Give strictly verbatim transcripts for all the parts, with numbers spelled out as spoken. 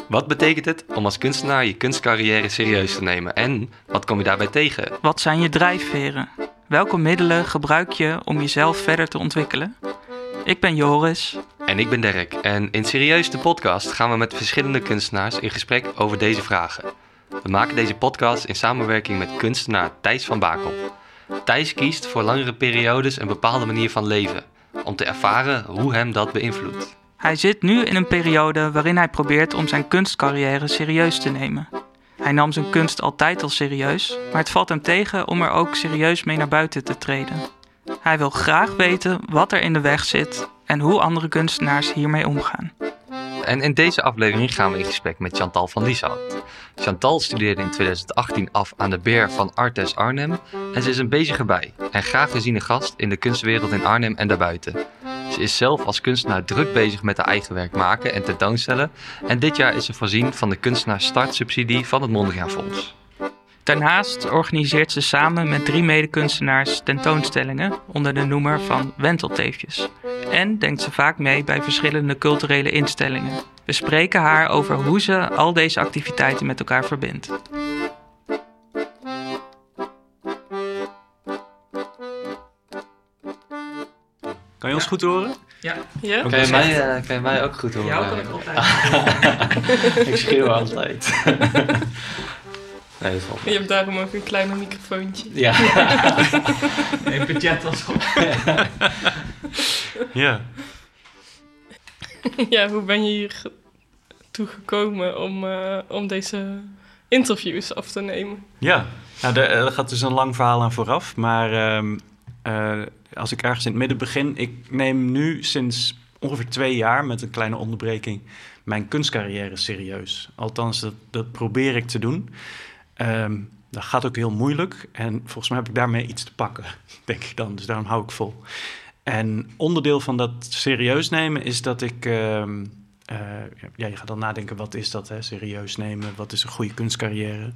Wat betekent het om als kunstenaar je kunstcarrière serieus te nemen en wat kom je daarbij tegen? Wat zijn je drijfveren? Welke middelen gebruik je om jezelf verder te ontwikkelen? Ik ben Joris. En ik ben Derek en in Serieus de podcast gaan we met verschillende kunstenaars in gesprek over deze vragen. We maken deze podcast in samenwerking met kunstenaar Thijs van Bakel. Thijs kiest voor langere periodes een bepaalde manier van leven, om te ervaren hoe hem dat beïnvloedt. Hij zit nu in een periode waarin hij probeert om zijn kunstcarrière serieus te nemen. Hij nam zijn kunst altijd al serieus, maar het valt hem tegen om er ook serieus mee naar buiten te treden. Hij wil graag weten wat er in de weg zit en hoe andere kunstenaars hiermee omgaan. En in deze aflevering gaan we in gesprek met Chantal van Lieshout. Chantal studeerde in twintig achttien af aan de B E R van Artes Arnhem en ze is een bezige bij en graag geziene gast in de kunstwereld in Arnhem en daarbuiten. Ze is zelf als kunstenaar druk bezig met haar eigen werk maken en tentoonstellen en dit jaar is ze voorzien van de kunstenaar startsubsidie van het Mondriaan Fonds. Daarnaast organiseert ze samen met drie medekunstenaars tentoonstellingen onder de noemer van Wentelteefjes. En denkt ze vaak mee bij verschillende culturele instellingen. We spreken haar over hoe ze al deze activiteiten met elkaar verbindt. Kan je ons goed horen? Ja. Ja? Kan je, mij, uh, kan je mij ook goed horen? Jou kan ik altijd. Ik schreeuw altijd. Nee, dat valt Je hebt daarom ook een kleiner microfoontje. Ja. Nee, budget was goed. Ja. Ja, hoe ben je hier toe gekomen om, uh, om deze interviews af te nemen? Ja, nou, daar, daar gaat dus een lang verhaal aan vooraf. Maar um, uh, als ik ergens in het midden begin... Ik neem nu sinds ongeveer twee jaar met een kleine onderbreking... mijn kunstcarrière serieus. Althans, dat, dat probeer ik te doen. Um, dat gaat ook heel moeilijk. En volgens mij heb ik daarmee iets te pakken, denk ik dan. Dus daarom hou ik vol. En onderdeel van dat serieus nemen is dat ik... Um, uh, ja, je gaat dan nadenken, wat is dat, hè? Serieus nemen? Wat is een goede kunstcarrière?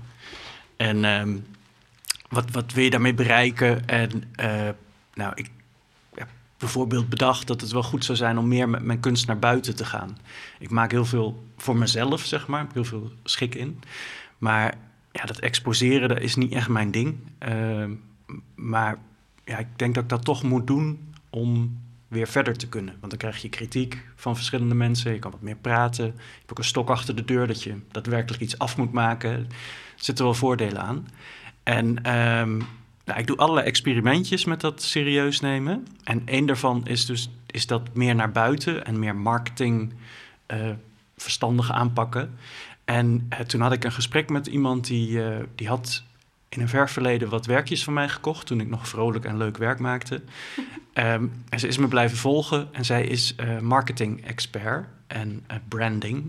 En um, wat, wat wil je daarmee bereiken? En uh, nou, ik heb bijvoorbeeld bedacht dat het wel goed zou zijn... om meer met mijn kunst naar buiten te gaan. Ik maak heel veel voor mezelf, zeg maar. Heel veel schik in. Maar ja, dat exposeren, dat is niet echt mijn ding. Uh, maar ja, ik denk dat ik dat toch moet doen... om weer verder te kunnen. Want dan krijg je kritiek van verschillende mensen. Je kan wat meer praten. Je hebt ook een stok achter de deur... dat je daadwerkelijk iets af moet maken. Er zitten wel voordelen aan. En um, nou, ik doe allerlei experimentjes met dat serieus nemen. En één daarvan is dus is dat meer naar buiten... en meer marketing uh, verstandig aanpakken. En uh, toen had ik een gesprek met iemand die, uh, die had... in een ver verleden wat werkjes van mij gekocht... toen ik nog vrolijk en leuk werk maakte. Um, en ze is me blijven volgen. En zij is uh, marketing-expert en uh, branding.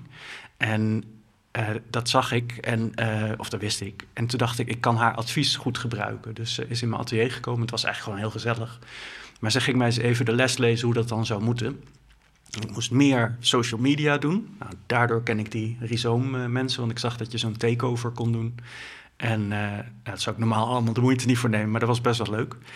En uh, dat zag ik, en, uh, of dat wist ik. En toen dacht ik, ik kan haar advies goed gebruiken. Dus ze is in mijn atelier gekomen. Het was eigenlijk gewoon heel gezellig. Maar ze ging mij eens even de les lezen hoe dat dan zou moeten. Ik moest meer social media doen. Nou, daardoor ken ik die Rhizoom-mensen... want ik zag dat je zo'n takeover kon doen... En uh, nou, dat zou ik normaal allemaal de moeite niet voor nemen... maar dat was best wel leuk.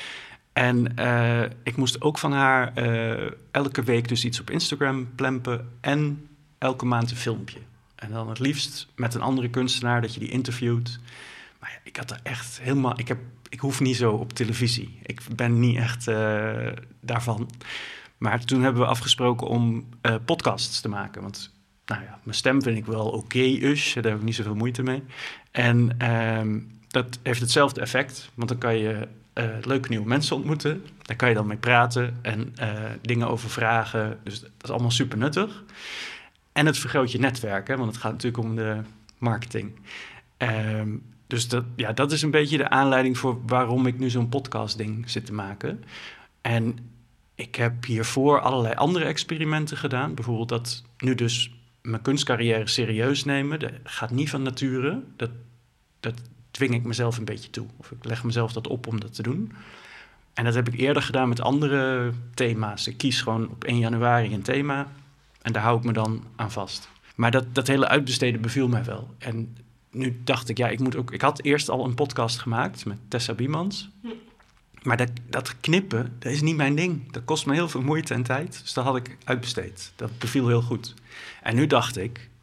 En uh, ik moest ook van haar uh, elke week dus iets op Instagram plempen... en elke maand een filmpje. En dan het liefst met een andere kunstenaar dat je die interviewt. Maar ja, ik had er echt helemaal... Ik, heb, ik hoef niet zo op televisie. Ik ben niet echt uh, daarvan. Maar toen hebben we afgesproken om uh, podcasts te maken... want nou ja, mijn stem vind ik wel oké-ish. Daar heb ik niet zoveel moeite mee. En um, dat heeft hetzelfde effect. Want dan kan je uh, leuke nieuwe mensen ontmoeten. Daar kan je dan mee praten en uh, dingen over vragen. Dus dat is allemaal super nuttig. En het vergroot je netwerk, hè, want het gaat natuurlijk om de marketing. Um, dus dat, ja, dat is een beetje de aanleiding voor waarom ik nu zo'n podcast-ding zit te maken. En ik heb hiervoor allerlei andere experimenten gedaan. Bijvoorbeeld dat nu dus... mijn kunstcarrière serieus nemen, dat gaat niet van nature. Dat, dat dwing ik mezelf een beetje toe. Of ik leg mezelf dat op om dat te doen. En dat heb ik eerder gedaan met andere thema's. Ik kies gewoon op één januari een thema... en daar hou ik me dan aan vast. Maar dat, dat hele uitbesteden beviel mij wel. En nu dacht ik, ja, ik moet ook... Ik had eerst al een podcast gemaakt met Tessa Biemans... Maar dat, dat knippen, dat is niet mijn ding. Dat kost me heel veel moeite en tijd. Dus dat had ik uitbesteed. Dat beviel heel goed. En nu dacht ik,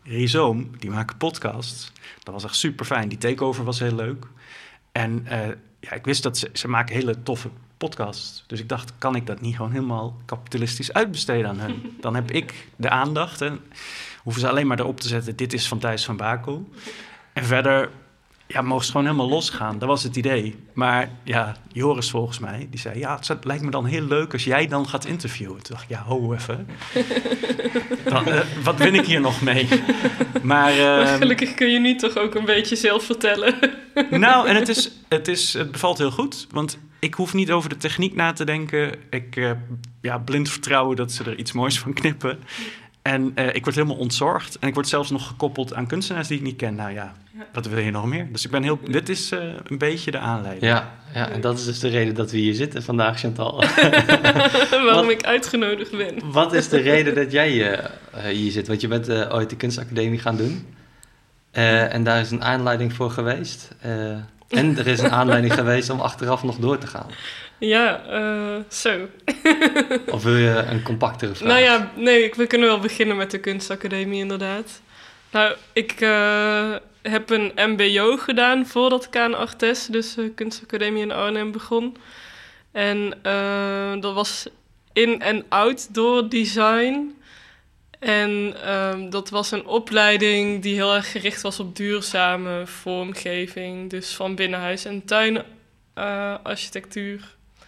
Rhizoom, die maken podcasts. Dat was echt super fijn. Die takeover was heel leuk. En uh, ja, ik wist dat ze, ze maken hele toffe podcasts. Dus ik dacht, kan ik dat niet gewoon helemaal kapitalistisch uitbesteden aan hen? Dan heb ik de aandacht. En hoeven ze alleen maar erop te zetten, dit is van Thijs van Bakel. En verder, ja, mogen ze gewoon helemaal losgaan. Dat was het idee. Maar ja, Joris volgens mij, die zei, ja, het lijkt me dan heel leuk als jij dan gaat interviewen. Toen dacht ik, ja, ho even. Dan, uh, wat win ik hier nog mee? Maar, uh, maar gelukkig kun je nu toch ook een beetje zelf vertellen. Nou, en het, is, het, is, het bevalt heel goed, want ik hoef niet over de techniek na te denken. Ik uh, ja, blind vertrouwen dat ze er iets moois van knippen. En uh, ik word helemaal ontzorgd. En ik word zelfs nog gekoppeld aan kunstenaars die ik niet ken. Nou ja, ja. Wat wil je nog meer? Dus ik ben heel... Dit is uh, een beetje de aanleiding. Ja, ja, en dat is dus de reden dat we hier zitten vandaag, Chantal. Waarom wat, ik uitgenodigd ben. Wat is de reden dat jij uh, hier zit? Want je bent uh, ooit de kunstacademie gaan doen. Uh, en daar is een aanleiding voor geweest. Uh, en er is een aanleiding geweest om achteraf nog door te gaan. Ja, uh, zo. Of wil je een compactere vraag? Nou ja, nee, we kunnen wel beginnen met de kunstacademie inderdaad. Nou, ik uh, heb een mbo gedaan voordat ik aan Artes, dus de kunstacademie in Arnhem, begon. En uh, dat was in- en outdoor design. En um, dat was een opleiding die heel erg gericht was op duurzame vormgeving. Dus van binnenhuis- en tuinarchitectuur. Uh,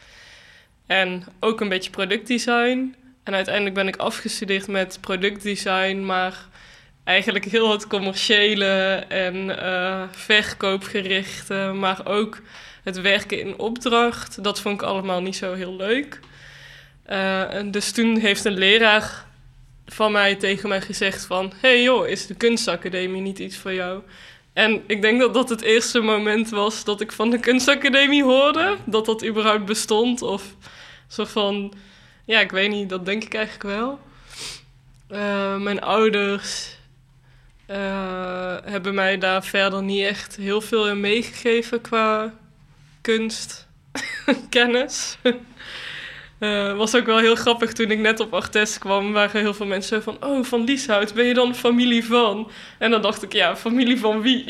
en ook een beetje productdesign. En uiteindelijk ben ik afgestudeerd met productdesign, maar eigenlijk heel het commerciële en uh, verkoopgerichte, maar ook het werken in opdracht. Dat vond ik allemaal niet zo heel leuk. Uh, en dus toen heeft een leraar van mij tegen mij gezegd van, hey joh, is de kunstacademie niet iets voor jou? En ik denk dat dat het eerste moment was dat ik van de kunstacademie hoorde, dat dat überhaupt bestond. Of zo van, ja, ik weet niet, dat denk ik eigenlijk wel. Uh, mijn ouders uh, hebben mij daar verder niet echt heel veel in meegegeven qua kunstkennis. Uh, was ook wel heel grappig toen ik net op Artes kwam, waren heel veel mensen van, oh, van Lieshout, ben je dan familie van? En dan dacht ik, ja, familie van wie?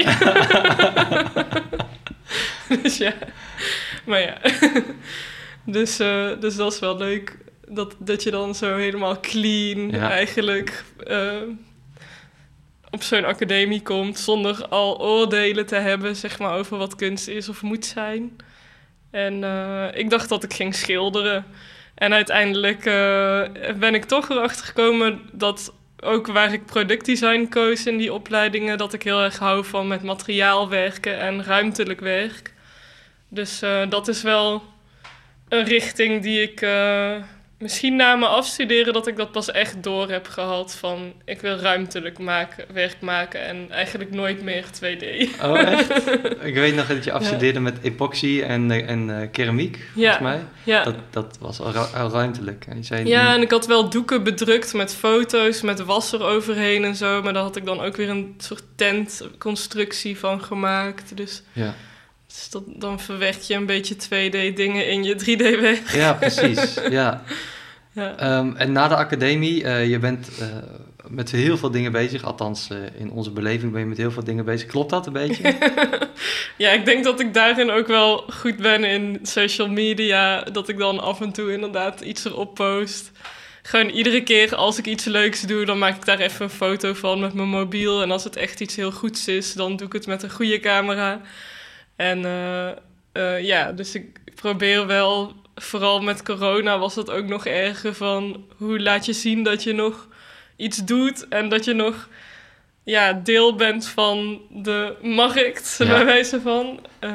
Dus ja, maar ja. Dus, uh, dus dat is wel leuk, dat, dat je dan zo helemaal clean ja. eigenlijk uh, op zo'n academie komt, zonder al oordelen te hebben, zeg maar, over wat kunst is of moet zijn. En uh, ik dacht dat ik ging schilderen. En uiteindelijk uh, ben ik toch erachter gekomen dat ook waar ik productdesign koos in die opleidingen, dat ik heel erg hou van met materiaal werken en ruimtelijk werk. Dus uh, dat is wel een richting die ik uh, misschien na mijn afstuderen, dat ik dat pas echt door heb gehad van ik wil ruimtelijk maken, werk maken en eigenlijk nooit meer twee D. Oh echt? Ik weet nog dat je afstudeerde ja. met epoxy en, en uh, keramiek, volgens ja. mij. Ja. Dat, dat was al, ru- al ruimtelijk. En je zei ja, nu... en ik had wel doeken bedrukt met foto's, met was er overheen en zo, maar daar had ik dan ook weer een soort tentconstructie van gemaakt. Dus... Ja. Dus dat, dan verwerk je een beetje twee D dingen in je drie D werk. Ja, precies. Ja. Ja. Um, en na de academie, uh, je bent uh, met heel veel dingen bezig. Althans, uh, in onze beleving ben je met heel veel dingen bezig. Klopt dat een beetje? Ja, ik denk dat ik daarin ook wel goed ben in social media. Dat ik dan af en toe inderdaad iets erop post. Gewoon iedere keer als ik iets leuks doe, dan maak ik daar even een foto van met mijn mobiel. En als het echt iets heel goeds is, dan doe ik het met een goede camera. En uh, uh, ja, dus ik probeer wel, vooral met corona was het ook nog erger van hoe laat je zien dat je nog iets doet en dat je nog ja, deel bent van de markt, ja. bij wijze van. Uh,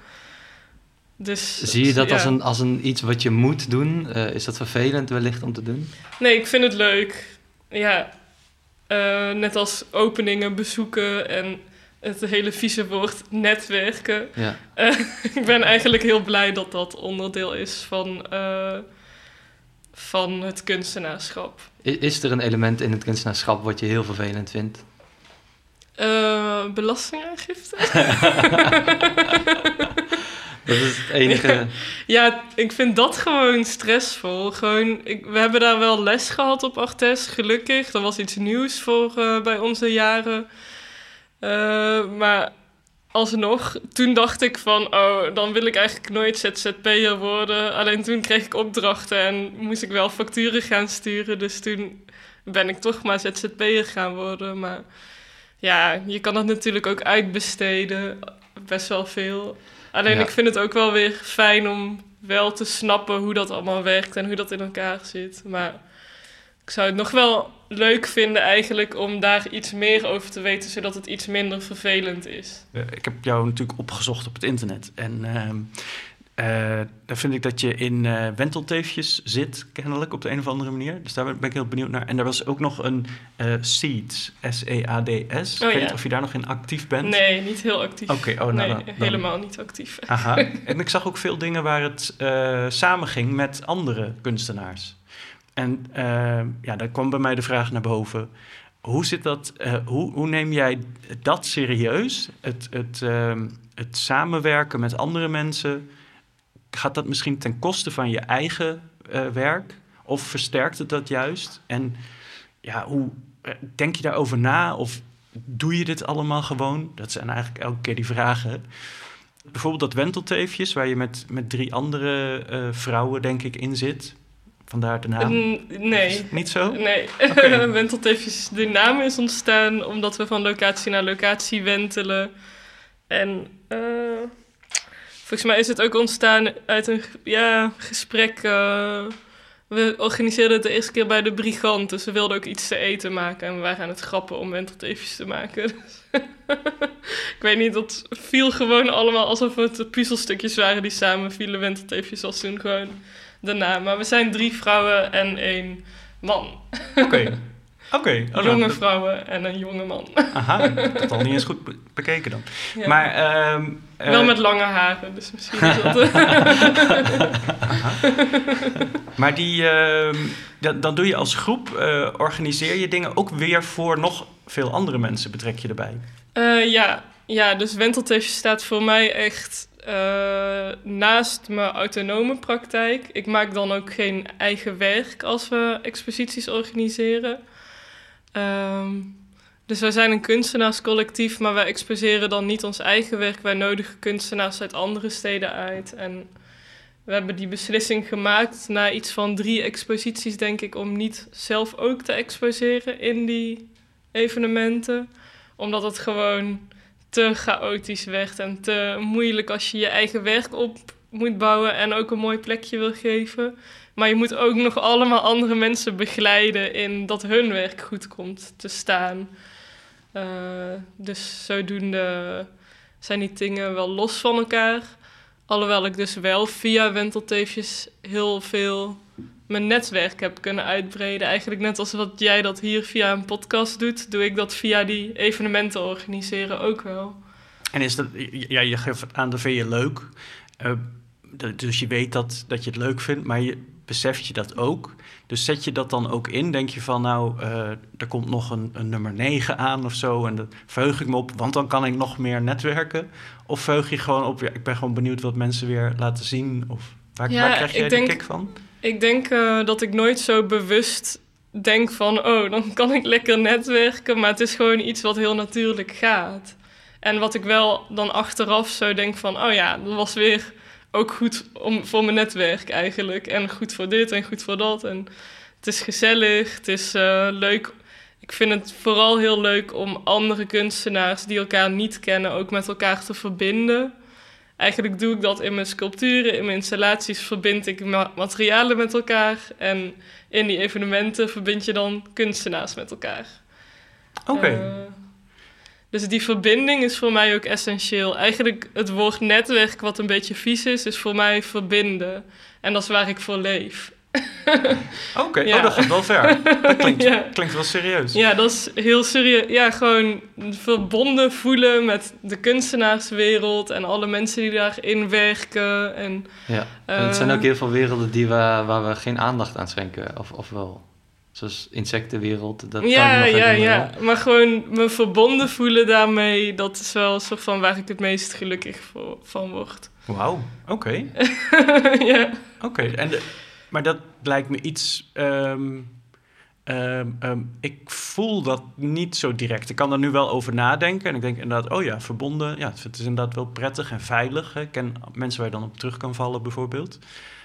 dus, Zie je dat ja. als, een, als een iets wat je moet doen? Uh, is dat vervelend wellicht om te doen? Nee, ik vind het leuk. Ja, uh, net als openingen bezoeken en het hele vieze woord netwerken. Ja. Uh, ik ben eigenlijk heel blij dat dat onderdeel is van, uh, van het kunstenaarschap. Is er een element in het kunstenaarschap wat je heel vervelend vindt? Uh, belastingaangifte? Dat is het enige... Ja, ja, ik vind dat gewoon stressvol. Gewoon, ik, we hebben daar wel les gehad op Artes, gelukkig. Dat was iets nieuws voor uh, bij onze jaren. Uh, maar alsnog, toen dacht ik van... oh, dan wil ik eigenlijk nooit Z Z P'er worden. Alleen toen kreeg ik opdrachten en moest ik wel facturen gaan sturen. Dus toen ben ik toch maar Z Z P'er gaan worden. Maar ja, je kan dat natuurlijk ook uitbesteden. Best wel veel. Alleen ja. Ik vind het ook wel weer fijn om wel te snappen hoe dat allemaal werkt en hoe dat in elkaar zit. Maar ik zou het nog wel leuk vinden eigenlijk om daar iets meer over te weten, zodat het iets minder vervelend is. Ik heb jou natuurlijk opgezocht op het internet. En uh, uh, daar vind ik dat je in uh, wentelteefjes zit, kennelijk, op de een of andere manier. Dus daar ben ik heel benieuwd naar. En er was ook nog een uh, Seeds, S E A D S. Oh, ik weet ja. niet of je daar nog in actief bent. Nee, niet heel actief. Oké, okay, oh, nou, nee, dan, dan. helemaal niet actief. Aha. En ik zag ook veel dingen waar het uh, samenging met andere kunstenaars. En uh, ja, daar kwam bij mij de vraag naar boven. Hoe zit dat? Uh, hoe, hoe neem jij dat serieus? Het, het, uh, het samenwerken met andere mensen. Gaat dat misschien ten koste van je eigen uh, werk? Of versterkt het dat juist? En ja, hoe uh, denk je daarover na? Of doe je dit allemaal gewoon? Dat zijn eigenlijk elke keer die vragen. Bijvoorbeeld dat wentelteefjes, waar je met, met drie andere uh, vrouwen, denk ik, in zit. Vandaar de naam? Uh, nee. Niet zo? Nee. Okay. Wentelteefjes, de naam is ontstaan omdat we van locatie naar locatie wentelen. En uh, volgens mij is het ook ontstaan uit een ja, gesprek. Uh, we organiseerden het de eerste keer bij de Brigant. Dus we wilden ook iets te eten maken. En we waren aan het grappen om wentelteefjes te maken. Ik weet niet, dat viel gewoon allemaal alsof het puzzelstukjes waren die samen vielen. Wentelteefjes was toen gewoon de naam. Maar we zijn drie vrouwen en één man. Oké. Okay. Okay. Oh, jonge nou, vrouwen en een jonge man. Aha, ik heb het al niet eens goed be- bekeken dan. Ja. Maar, uh, uh, wel met lange haren, dus misschien is dat... Maar die, uh, dat, dan doe je als groep, uh, organiseer je dingen ook weer voor nog veel andere mensen, betrek je erbij? Uh, ja. ja, dus wentelteefjes staat voor mij echt... Uh, naast mijn autonome praktijk. Ik maak dan ook geen eigen werk als we exposities organiseren. Um, dus wij zijn een kunstenaarscollectief, maar wij exposeren dan niet ons eigen werk. Wij nodigen kunstenaars uit andere steden uit. En we hebben die beslissing gemaakt na iets van drie exposities, denk ik, om niet zelf ook te exposeren in die evenementen. Omdat het gewoon te chaotisch werd en te moeilijk als je je eigen werk op moet bouwen en ook een mooi plekje wil geven. Maar je moet ook nog allemaal andere mensen begeleiden in dat hun werk goed komt te staan. Uh, dus zodoende zijn die dingen wel los van elkaar. Alhoewel ik dus wel via wentelteefjes heel veel mijn netwerk heb kunnen uitbreiden. Eigenlijk net als wat jij dat hier via een podcast doet, doe ik dat via die evenementen organiseren ook wel. En is dat, ja, je geeft aan, dat vind je leuk. Uh, dus je weet dat, dat je het leuk vindt, maar je beseft je dat ook. Dus zet je dat dan ook in? Denk je van, nou, uh, er komt nog een, een nummer negen aan of zo, en daar verheug ik me op, want dan kan ik nog meer netwerken? Of verheug je gewoon op, ja, ik ben gewoon benieuwd wat mensen weer laten zien? Of waar, ja, waar krijg jij denk, de kick van? Ik denk uh, dat ik nooit zo bewust denk van, oh, dan kan ik lekker netwerken, maar het is gewoon iets wat heel natuurlijk gaat. En wat ik wel dan achteraf zo denk van, oh ja, dat was weer ook goed om, voor mijn netwerk eigenlijk. En goed voor dit en goed voor dat. En het is gezellig, het is uh, leuk. Ik vind het vooral heel leuk om andere kunstenaars die elkaar niet kennen ook met elkaar te verbinden. Eigenlijk doe ik dat in mijn sculpturen, in mijn installaties verbind ik ma- materialen met elkaar. En in die evenementen verbind je dan kunstenaars met elkaar. Oké. Okay. Uh, dus die verbinding is voor mij ook essentieel. Eigenlijk het woord netwerk, wat een beetje vies is, is voor mij verbinden. En dat is waar ik voor leef. Oké, okay. ja. Oh, dat gaat wel ver. Dat klinkt, ja. klinkt wel serieus. Ja, dat is heel serieus. Ja, gewoon verbonden voelen met de kunstenaarswereld en alle mensen die daarin werken. En, ja, en het uh, zijn ook heel veel werelden die we, waar we geen aandacht aan schenken, of, of wel? Zoals insectenwereld, dat ja, kan ik nog ja, herinneren. ja. Maar gewoon me verbonden voelen daarmee, dat is wel een soort van waar ik het meest gelukkig voor, van word. Wauw, oké. Okay. ja. Oké, okay. en de, maar dat lijkt me iets... Um, um, um, ik voel dat niet zo direct. Ik kan er nu wel over nadenken. En ik denk inderdaad, oh ja, verbonden. Ja, het is inderdaad wel prettig en veilig. Hè. Ik ken mensen waar je dan op terug kan vallen, bijvoorbeeld.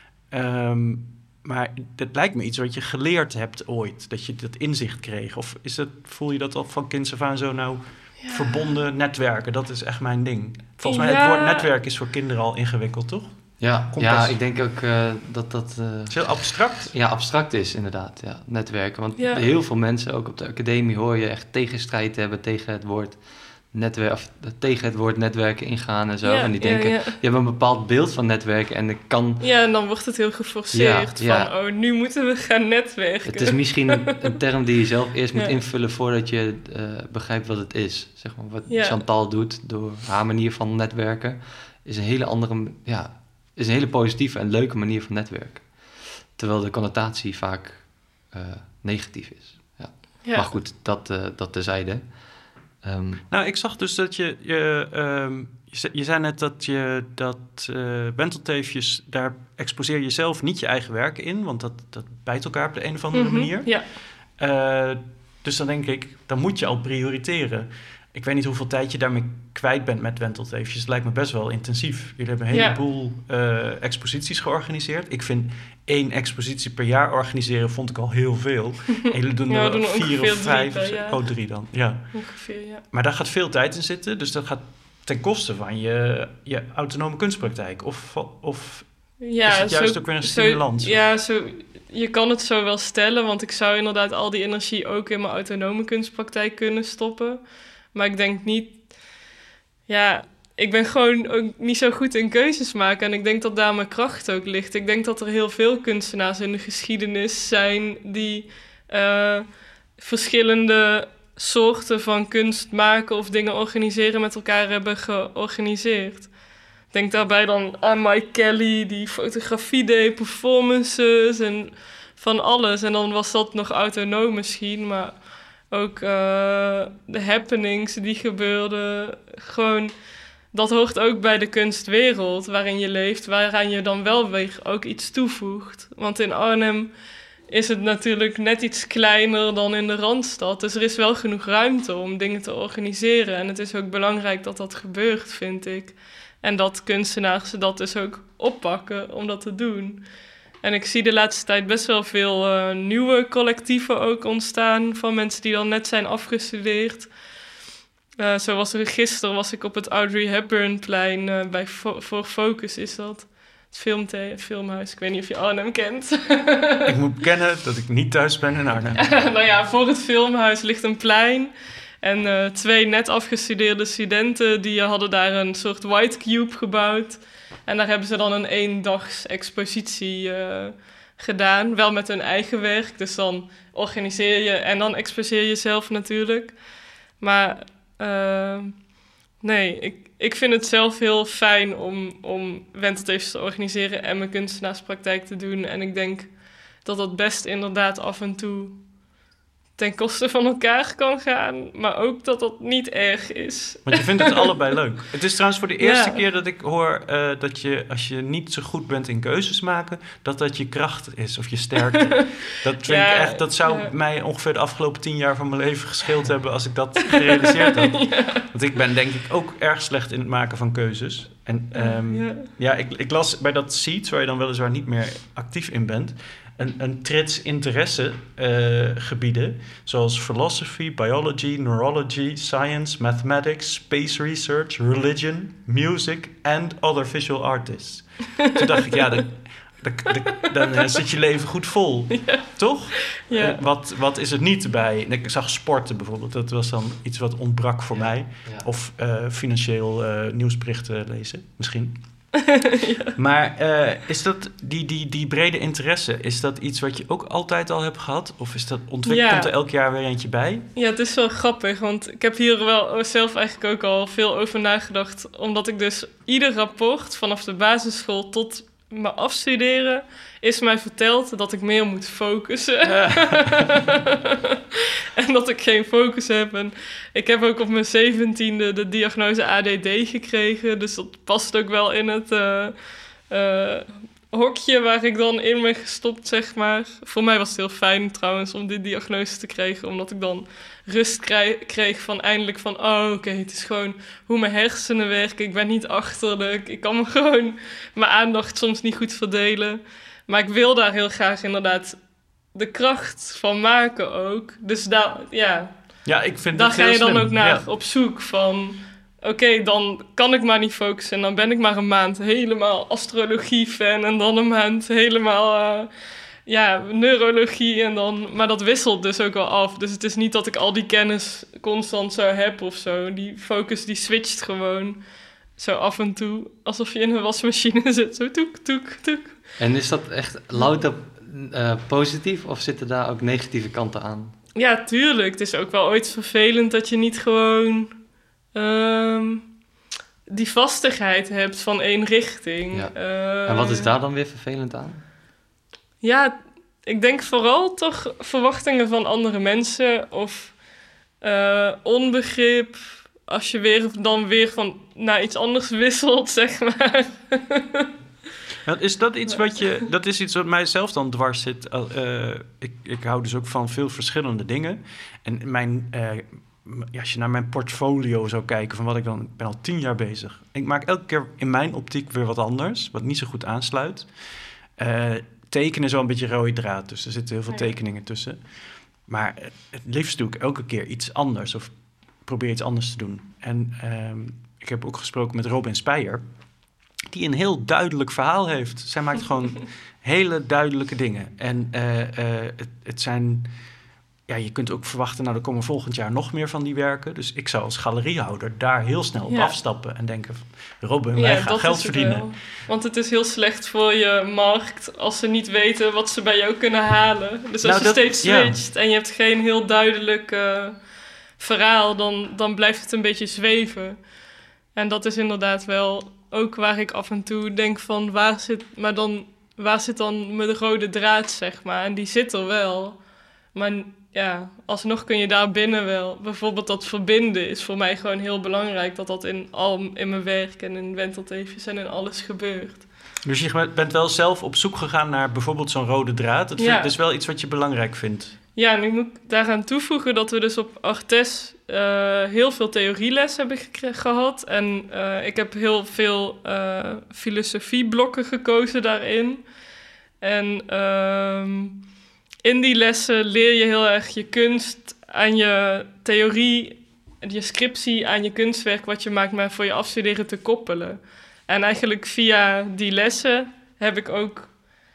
Um, maar het lijkt me iets wat je geleerd hebt ooit. Dat je dat inzicht kreeg. Of is het, voel je dat al van kinds af aan zo nou... Ja. Verbonden netwerken, dat is echt mijn ding. Volgens mij, ja. Het woord netwerk is voor kinderen al ingewikkeld, toch? Ja, ja ik denk ook uh, dat dat... Uh, het is heel abstract. Ja, abstract is inderdaad, ja, netwerken. Want ja. heel veel mensen, ook op de academie, hoor je echt tegenstrijd hebben tegen het woord netwerk, of tegen het woord netwerken ingaan en zo. Ja, en die denken, ja, ja. je hebt een bepaald beeld van netwerken en ik kan... Ja, en dan wordt het heel geforceerd ja, ja. van, oh, nu moeten we gaan netwerken. Het is misschien een, een term die je zelf eerst moet ja. invullen voordat je uh, begrijpt wat het is. Zeg maar, wat ja. Chantal doet door haar manier van netwerken, is een hele andere, ja, is een hele positieve en leuke manier van netwerken. Terwijl de connotatie vaak uh, negatief is. Ja. Ja. Maar goed, dat, uh, dat terzijde. Um, nou, ik zag dus dat je... je, um, je, je zei net dat je dat uh, wentelteefjes... daar exposeer je zelf niet je eigen werk in... want dat, dat bijt elkaar op de een of andere mm-hmm, manier. Ja. Uh, dus dan denk ik, dan moet je al prioriteren. Ik weet niet hoeveel tijd je daarmee kwijt bent met wentelteefjes. Het lijkt me best wel intensief. Jullie hebben een heleboel ja. uh, exposities georganiseerd. Ik vind één expositie per jaar organiseren vond ik al heel veel. En jullie doen ja, er doen vier of vijf. Drie, of oh, drie dan. Ja. Ongeveer, ja. Maar daar gaat veel tijd in zitten. Dus dat gaat ten koste van je, je autonome kunstpraktijk. Of, of ja, is het juist zo, ook weer een stimulans? Zo, ja, zo, je kan het zo wel stellen. Want ik zou inderdaad al die energie ook in mijn autonome kunstpraktijk kunnen stoppen. Maar ik denk niet... Ja, ik ben gewoon ook niet zo goed in keuzes maken. En ik denk dat daar mijn kracht ook ligt. Ik denk dat er heel veel kunstenaars in de geschiedenis zijn... die uh, verschillende soorten van kunst maken... of dingen organiseren met elkaar hebben georganiseerd. Ik denk daarbij dan aan Mike Kelly... die fotografie deed, performances en van alles. En dan was dat nog autonoom misschien, maar... Ook uh, de happenings die gebeurden. Gewoon, dat hoort ook bij de kunstwereld waarin je leeft. Waaraan je dan wel weer ook iets toevoegt. Want in Arnhem is het natuurlijk net iets kleiner dan in de Randstad. Dus er is wel genoeg ruimte om dingen te organiseren. En het is ook belangrijk dat dat gebeurt, vind ik. En dat kunstenaars dat dus ook oppakken om dat te doen. En ik zie de laatste tijd best wel veel uh, nieuwe collectieven ook ontstaan... van mensen die dan net zijn afgestudeerd. Uh, zo was er gisteren was ik op het Audrey Hepburnplein... Uh, bij Fo- voor Focus is dat. Het filmte- filmhuis. Ik weet niet of je Arnhem kent. Ik moet bekennen dat ik niet thuis ben in Arnhem. Nou ja, voor het filmhuis ligt een plein... En uh, twee net afgestudeerde studenten... die hadden daar een soort white cube gebouwd... En daar hebben ze dan een eendags expositie uh, gedaan. Wel met hun eigen werk. Dus dan organiseer je en dan exposeer je zelf natuurlijk. Maar uh, nee, ik, ik vind het zelf heel fijn om, om wentelteefjes te organiseren... en mijn kunstenaarspraktijk te doen. En ik denk dat dat best inderdaad af en toe... ten koste van elkaar kan gaan, maar ook dat dat niet erg is. Want je vindt het allebei leuk. Het is trouwens voor de eerste ja. keer dat ik hoor uh, dat je, als je niet zo goed bent in keuzes maken, dat dat je kracht is of je sterkte. Dat vind ja, ik echt, dat zou ja. mij ongeveer de afgelopen tien jaar van mijn leven gescheeld hebben als ik dat gerealiseerd had. Ja. Want ik ben denk ik ook erg slecht in het maken van keuzes. En um, ja, ja ik, ik las bij dat Seeds, waar je dan weliswaar niet meer actief in bent, een, een trits interesse-gebieden, uh, zoals philosophy, biology, neurology, science, mathematics, space research, religion, music and other visual artists. Toen dacht ik, ja, dan, dan, dan, dan uh, zit je leven goed vol, ja. Toch? Ja. Uh, wat, wat is het niet bij? Ik zag sporten bijvoorbeeld, dat was dan iets wat ontbrak voor ja. mij. Ja. Of uh, financieel uh, nieuwsberichten lezen, misschien. Ja. Maar uh, is dat die, die, die brede interesse, is dat iets wat je ook altijd al hebt gehad? Of is dat ontwikkeld, ja. komt er elk jaar weer eentje bij? Ja, het is wel grappig, want ik heb hier wel zelf eigenlijk ook al veel over nagedacht. Omdat ik dus ieder rapport vanaf de basisschool tot mijn afstuderen is mij verteld dat ik meer moet focussen. Ja. En dat ik geen focus heb. En ik heb ook op mijn zeventiende de diagnose A D D gekregen. Dus dat past ook wel in het uh, uh, hokje waar ik dan in ben gestopt, zeg maar. Voor mij was het heel fijn trouwens om die diagnose te krijgen. Omdat ik dan rust krij- kreeg van eindelijk van... oh, oké, okay, het is gewoon hoe mijn hersenen werken. Ik ben niet achterlijk. Ik kan me gewoon mijn aandacht soms niet goed verdelen. Maar ik wil daar heel graag inderdaad de kracht van maken ook. Dus daar, ja... Ja, ik vind daar het ga heel je dan slim. ook naar Ja. op zoek van... Oké, okay, dan kan ik maar niet focussen. En dan ben ik maar een maand helemaal astrologie-fan. En dan een maand helemaal... Uh, ja, neurologie en dan... Maar dat wisselt dus ook wel af. Dus het is niet dat ik al die kennis constant zo heb of zo. Die focus die switcht gewoon zo af en toe. Alsof je in een wasmachine zit. Zo toek, toek, toek. En is dat echt louter uh, positief of zitten daar ook negatieve kanten aan? Ja, tuurlijk. Het is ook wel ooit vervelend dat je niet gewoon... Um, die vastigheid hebt van één richting. Ja. Uh, en wat is daar dan weer vervelend aan? Ja, ik denk vooral toch verwachtingen van andere mensen of uh, onbegrip als je weer dan weer van naar iets anders wisselt, zeg maar. Nou, is dat iets wat je... Dat is iets wat mij zelf dan dwars zit. Uh, ik, ik hou dus ook van veel verschillende dingen. En mijn... Uh, Ja, als je naar mijn portfolio zou kijken van wat ik dan... Ik ben al tien jaar bezig. Ik maak elke keer in mijn optiek weer wat anders, wat niet zo goed aansluit. Uh, tekenen is wel een beetje rode draad, dus er zitten heel veel tekeningen tussen. Maar het liefst doe ik elke keer iets anders of probeer iets anders te doen. En um, ik heb ook gesproken met Robin Speyer, die een heel duidelijk verhaal heeft. Zij maakt gewoon hele duidelijke dingen. En uh, uh, het, het zijn... Ja, je kunt ook verwachten, nou, er komen volgend jaar nog meer van die werken. Dus ik zou als galeriehouder daar heel snel op ja. afstappen en denken van... Robin, wij ja, gaan geld verdienen. Wel. Want het is heel slecht voor je markt als ze niet weten wat ze bij jou kunnen halen. Dus als nou, je dat, steeds switcht ja. en je hebt geen heel duidelijk uh, verhaal, dan, dan blijft het een beetje zweven. En dat is inderdaad wel ook waar ik af en toe denk van, waar zit, maar dan, waar zit dan mijn rode draad, zeg maar? En die zit er wel. Maar ja, alsnog kun je daar binnen wel... Bijvoorbeeld dat verbinden is voor mij gewoon heel belangrijk... dat dat in, al, in mijn werk en in wentelteefjes en in alles gebeurt. Dus je bent wel zelf op zoek gegaan naar bijvoorbeeld zo'n rode draad? Dat ja. is wel iets wat je belangrijk vindt. Ja, en ik moet daaraan toevoegen dat we dus op Artes uh, heel veel theorielessen hebben gekre- gehad. En uh, ik heb heel veel uh, filosofieblokken gekozen daarin. En... Uh, In die lessen leer je heel erg je kunst aan je theorie, je scriptie aan je kunstwerk wat je maakt, maar voor je afstuderen te koppelen. En eigenlijk via die lessen heb ik ook...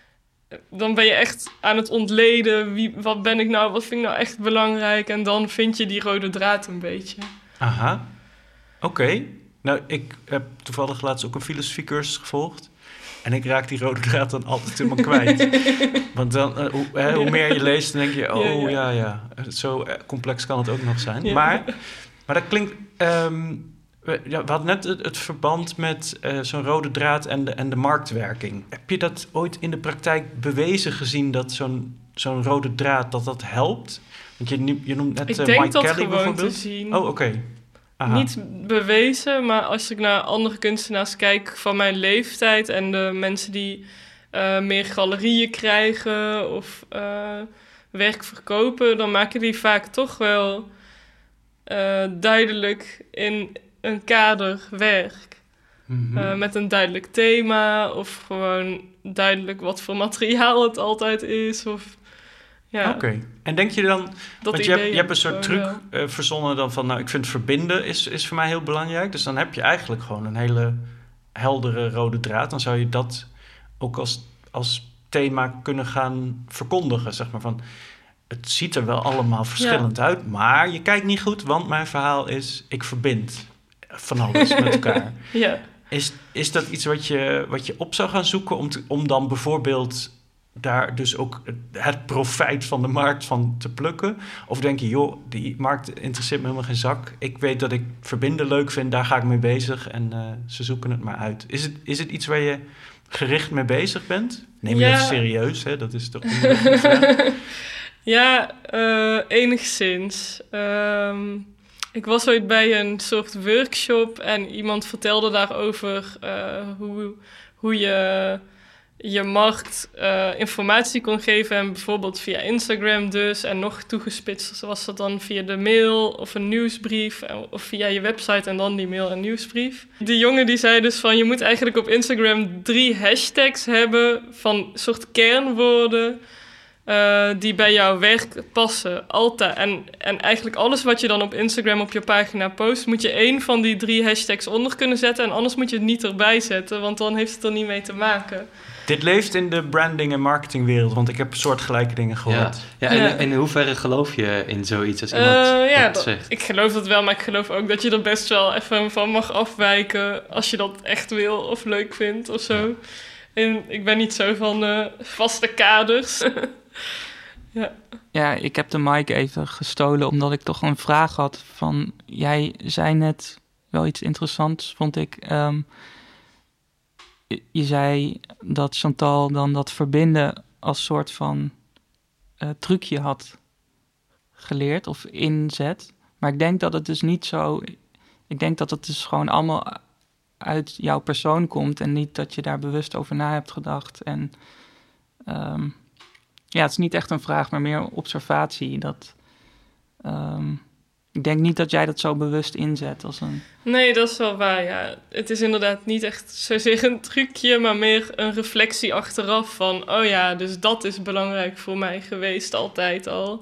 Dan ben je echt aan het ontleden, wie, wat ben ik nou, wat vind ik nou echt belangrijk? En dan vind je die rode draad een beetje. Aha, oké. Okay. Nou, ik heb toevallig laatst ook een filosofiecursus gevolgd. En ik raak die rode draad dan altijd helemaal kwijt. Want dan, uh, hoe, hè, hoe meer je leest, dan denk je... oh ja, ja, ja. Zo complex kan het ook nog zijn. Ja. Maar, maar dat klinkt... Um, we, ja, we hadden net het, het verband met uh, zo'n rode draad en de, en de marktwerking. Heb je dat ooit in de praktijk bewezen gezien... dat zo'n, zo'n rode draad, dat dat helpt? Want je, je noemt net uh, Mike Kelly bijvoorbeeld. Te zien. Oh, oké. Okay. Aha. Niet bewezen, maar als ik naar andere kunstenaars kijk van mijn leeftijd... en de mensen die uh, meer galerieën krijgen of uh, werk verkopen... dan maken die vaak toch wel uh, duidelijk in een kader werk. Mm-hmm. Uh, met een duidelijk thema of gewoon duidelijk wat voor materiaal het altijd is... of ja. Oké. Okay. En denk je dan... Dat want je hebt, je hebt een soort truc uh, verzonnen dan van... nou, ik vind verbinden is, is voor mij heel belangrijk. Dus dan heb je eigenlijk gewoon een hele heldere rode draad. Dan zou je dat ook als, als thema kunnen gaan verkondigen. Zeg maar van... Het ziet er wel allemaal verschillend ja. uit... maar je kijkt niet goed, want mijn verhaal is... ik verbind van alles met elkaar. Ja. Is, is dat iets wat je, wat je op zou gaan zoeken... om, te, om dan bijvoorbeeld... daar dus ook het profijt van de markt van te plukken? Of denk je, joh, die markt interesseert me helemaal geen zak. Ik weet dat ik verbinden leuk vind, daar ga ik mee bezig en uh, ze zoeken het maar uit. Is het, is het iets waar je gericht mee bezig bent? Neem je Ja. dat serieus, hè? Dat is toch een Ja, uh, enigszins. Um, ik was ooit bij een soort workshop en iemand vertelde daarover uh, hoe, hoe je je markt uh, informatie kon geven. En bijvoorbeeld via Instagram dus. En nog toegespitst was dat dan via de mail of een nieuwsbrief. Of via je website en dan die mail en nieuwsbrief. Die jongen die zei dus van je moet eigenlijk op Instagram drie hashtags hebben van soort kernwoorden. Uh, die bij jouw werk passen, altijd. En, en eigenlijk alles wat je dan op Instagram op je pagina post, moet je één van die drie hashtags onder kunnen zetten. En anders moet je het niet erbij zetten, want dan heeft het er niet mee te maken. Dit leeft in de branding- en marketingwereld, want ik heb soortgelijke dingen gehoord. Ja, ja, en Ja. in hoeverre geloof je in zoiets als iemand Uh, ja, dat dat, zegt? ik geloof dat wel, maar ik geloof ook dat je er best wel even van mag afwijken als je dat echt wil of leuk vindt of zo. Ja. En ik ben niet zo van uh, vaste kaders. Ja. Ja, ik heb de mic even gestolen omdat ik toch een vraag had van... Jij zei net wel iets interessants, vond ik. Um, je, je zei dat Chantal dan dat verbinden als soort van uh, trucje had geleerd of inzet. Maar ik denk dat het dus niet zo... Ik denk dat het dus gewoon allemaal uit jouw persoon komt... en niet dat je daar bewust over na hebt gedacht. En... Um, Ja, het is niet echt een vraag, maar meer observatie. Dat, um, ik denk niet dat jij dat zo bewust inzet als een... Nee, dat is wel waar, ja. Het is inderdaad niet echt zozeer een trucje, maar meer een reflectie achteraf van... oh ja, dus dat is belangrijk voor mij geweest, altijd al.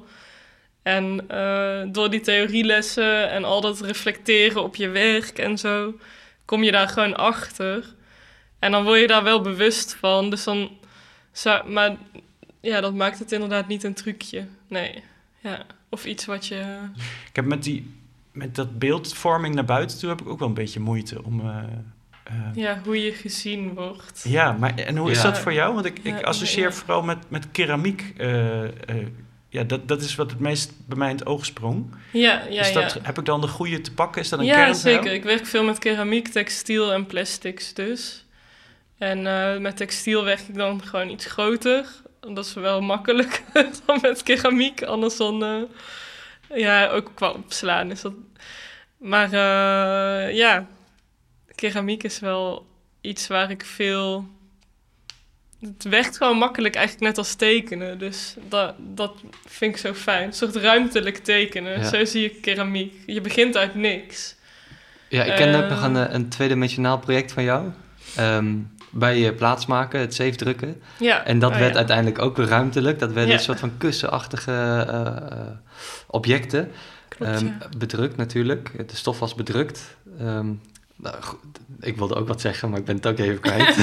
En uh, door die theorielessen en al dat reflecteren op je werk en zo... kom je daar gewoon achter. En dan word je daar wel bewust van. Dus dan... Zou, maar... Ja, dat maakt het inderdaad niet een trucje. Nee, ja. Of iets wat je... Ik heb met, die, met dat beeldvorming naar buiten toe heb ik ook wel een beetje moeite om... Uh, uh... Ja, hoe je gezien wordt. Ja, maar en hoe is Ja. dat voor jou? Want ik, ik Ja, associeer ja. vooral met, met keramiek. Uh, uh, ja, dat, dat is wat het meest bij mij in het oog sprong. Ja, ja, is dat, ja. heb ik dan de goede te pakken? Is dat een Ja, kern voor jou? zeker. Ik werk veel met keramiek, textiel en plastics dus. En uh, met textiel werk ik dan gewoon iets groter... Dat is wel makkelijker dan met keramiek. Anders dan... Uh, ja, ook qua opslaan is dat... Maar uh, ja... Keramiek is wel iets waar ik veel... Het werkt gewoon makkelijk, eigenlijk net als tekenen. Dus dat, dat vind ik zo fijn. Een soort ruimtelijk tekenen. Ja. Zo zie ik keramiek. Je begint uit niks. Ja, ik ken ook Uh, nog een, een tweedimensionaal project van jou. Um, bij je plaatsmaken, het zeefdrukken. Ja. En dat oh, werd ja. uiteindelijk ook weer ruimtelijk. Dat werden Ja. een soort van kussenachtige uh, objecten. Klopt, um, ja. Bedrukt natuurlijk. De stof was bedrukt. Um, nou, goed, ik wilde ook wat zeggen, maar ik ben het ook even kwijt.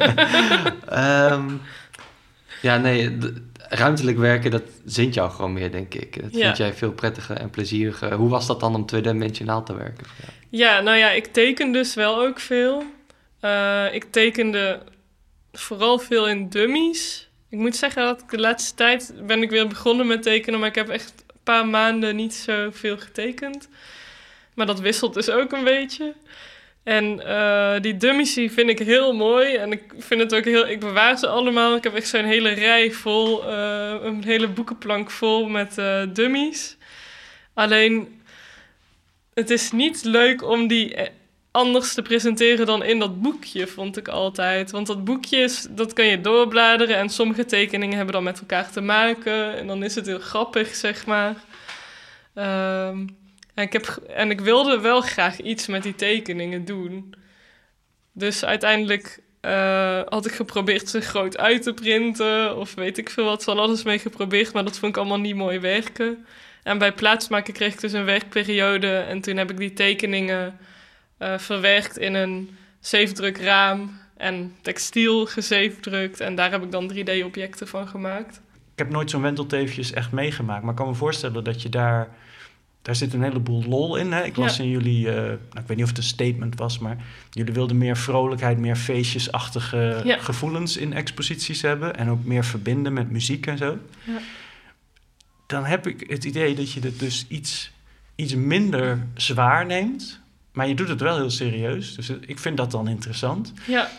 um, ja, nee, d- ruimtelijk werken, dat zint jou gewoon meer, denk ik. Dat Ja. vind jij veel prettiger en plezieriger. Hoe was dat dan om tweedimensionaal te werken? Ja. Ja, nou ja, ik teken dus wel ook veel. Uh, ik tekende vooral veel in dummies. Ik moet zeggen dat ik de laatste tijd ben ik weer begonnen met tekenen, maar ik heb echt een paar maanden niet zoveel getekend. Maar dat wisselt dus ook een beetje. En uh, die dummies die vind ik heel mooi en ik vind het ook heel... Ik bewaar ze allemaal. Ik heb echt zo'n hele rij vol, uh, een hele boekenplank vol met uh, dummies. Alleen, het is niet leuk om die anders te presenteren dan in dat boekje, vond ik altijd. Want dat boekje, is, dat kan je doorbladeren en sommige tekeningen hebben dan met elkaar te maken. En dan is het heel grappig, zeg maar. Um, en, ik heb, en ik wilde wel graag iets met die tekeningen doen. Dus uiteindelijk uh, had ik geprobeerd ze groot uit te printen. Of weet ik veel wat, van alles mee geprobeerd. Maar dat vond ik allemaal niet mooi werken. En bij plaatsmaken kreeg ik dus een werkperiode. En toen heb ik die tekeningen uh, verwerkt in een zeefdrukraam en textiel gezeefdrukt. En daar heb ik dan drie D-objecten van gemaakt. Ik heb nooit zo'n wentelteefjes echt meegemaakt. Maar ik kan me voorstellen dat je daar... Daar zit een heleboel lol in. Hè? Ik las Ja. in jullie... Uh, nou, ik weet niet of het een statement was, maar... Jullie wilden meer vrolijkheid, meer feestjesachtige Ja. gevoelens in exposities hebben. En ook meer verbinden met muziek en zo. Ja. Dan heb ik het idee dat je het dus iets, iets minder zwaar neemt. Maar je doet het wel heel serieus. Dus ik vind dat dan interessant. Ja.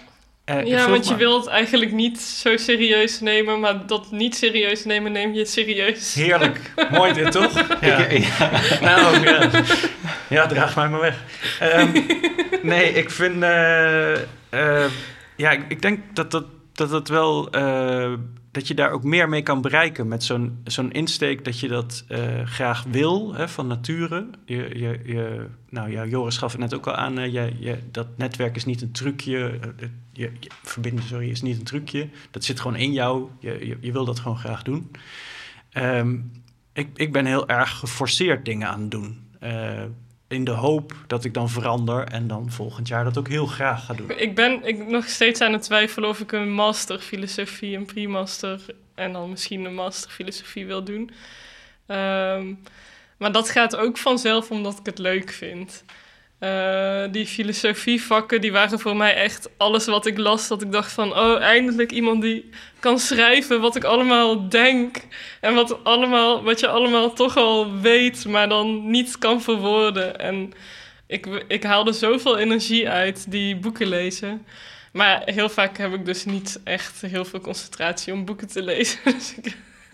Uh, ja, want je wilt het eigenlijk niet zo serieus nemen, maar dat niet serieus nemen neem je serieus. Heerlijk. Mooi dit, toch? Ja. Ik, ja. Nou, ja. ja, draag mij maar weg. Um, nee, ik vind... Uh, uh, ja, ik, ik denk dat dat, dat, dat wel... Uh, dat je daar ook meer mee kan bereiken met zo'n, zo'n insteek dat je dat uh, graag wil, hè, van nature. Je, je, je, nou ja, Joris gaf het net ook al aan, uh, je, je, dat netwerk is niet een trucje, uh, je, je verbinden, sorry, is niet een trucje. Dat zit gewoon in jou, je, je, je wil dat gewoon graag doen. Um, ik, ik ben heel erg geforceerd dingen aan het doen. Uh, in de hoop dat ik dan verander en dan volgend jaar dat ook heel graag ga doen. Ik ben ik nog steeds aan het twijfelen of ik een master filosofie, een pre-master en dan misschien een master filosofie wil doen. Um, maar dat gaat ook vanzelf omdat ik het leuk vind. Uh, die filosofievakken, die waren voor mij echt alles wat ik las, dat ik dacht van, oh, eindelijk iemand die kan schrijven wat ik allemaal denk en wat, allemaal, wat je allemaal toch al weet, maar dan niet kan verwoorden. En ik, ik haalde zoveel energie uit die boeken lezen. Maar heel vaak heb ik dus niet echt heel veel concentratie om boeken te lezen. Dus ik,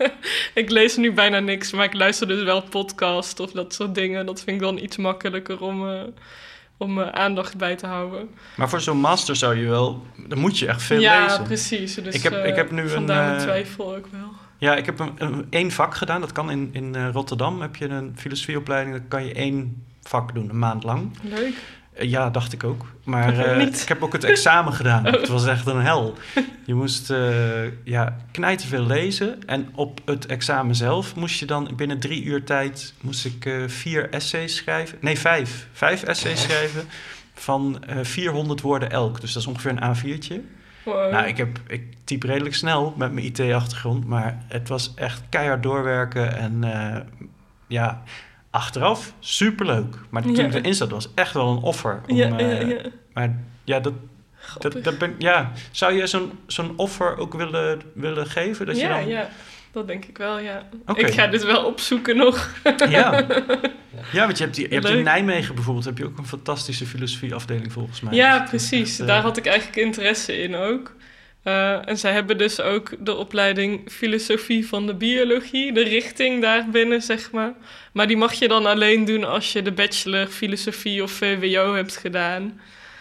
ik lees nu bijna niks, maar ik luister dus wel podcast of dat soort dingen. Dat vind ik dan iets makkelijker om, uh, om mijn aandacht bij te houden. Maar voor zo'n master zou je wel... Dan moet je echt veel ja, lezen. Ja, precies. Dus ik heb, uh, ik heb nu vandaar een, mijn uh, twijfel ook wel. Ja, ik heb een, een, één vak gedaan. Dat kan in, in uh, Rotterdam. Heb je een filosofieopleiding. Dan kan je één vak doen, een maand lang. Leuk. Uh, ja, dacht ik ook. Maar uh, ik heb ook het examen gedaan. Oh. Het was echt een hel. Je moest uh, ja, knijterveel lezen. En op het examen zelf moest je dan binnen drie uur tijd... moest ik uh, vier essays schrijven. Nee, vijf. Vijf essays schrijven van uh, vierhonderd woorden elk. Dus dat is ongeveer een A viertje. Wow. Nou, ik, heb, ik typ redelijk snel met mijn I T-achtergrond, maar het was echt keihard doorwerken en uh, ja, achteraf superleuk. Maar toen ja. ik erin zat, was echt wel een offer. Om, ja, uh, ja, ja. Maar ja, dat, dat, dat ben, ja, zou je zo'n, zo'n offer ook willen, willen geven? Dat ja, je dan... ja, dat denk ik wel, ja. Okay. Ik ga dit wel opzoeken nog. Ja, ja, want je hebt, die, je hebt in Nijmegen bijvoorbeeld heb je ook een fantastische filosofieafdeling volgens mij. Ja, dus precies. echt, uh... Daar had ik eigenlijk interesse in ook. Uh, en zij hebben dus ook de opleiding filosofie van de biologie, de richting daarbinnen, zeg maar. Maar die mag je dan alleen doen als je de bachelor filosofie of V W O hebt gedaan.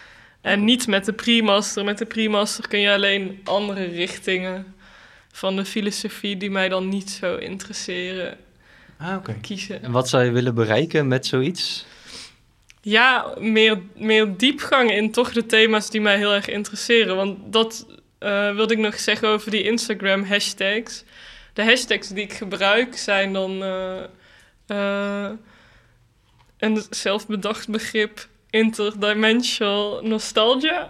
En niet met de pre-master. Met de pre-master kun je alleen andere richtingen van de filosofie die mij dan niet zo interesseren ah, okay. kiezen. En wat zou je willen bereiken met zoiets? Ja, meer, meer diepgang in toch de thema's die mij heel erg interesseren. Want dat uh, wilde ik nog zeggen over die Instagram hashtags. De hashtags die ik gebruik zijn dan uh, uh, een zelfbedacht begrip interdimensional nostalgia.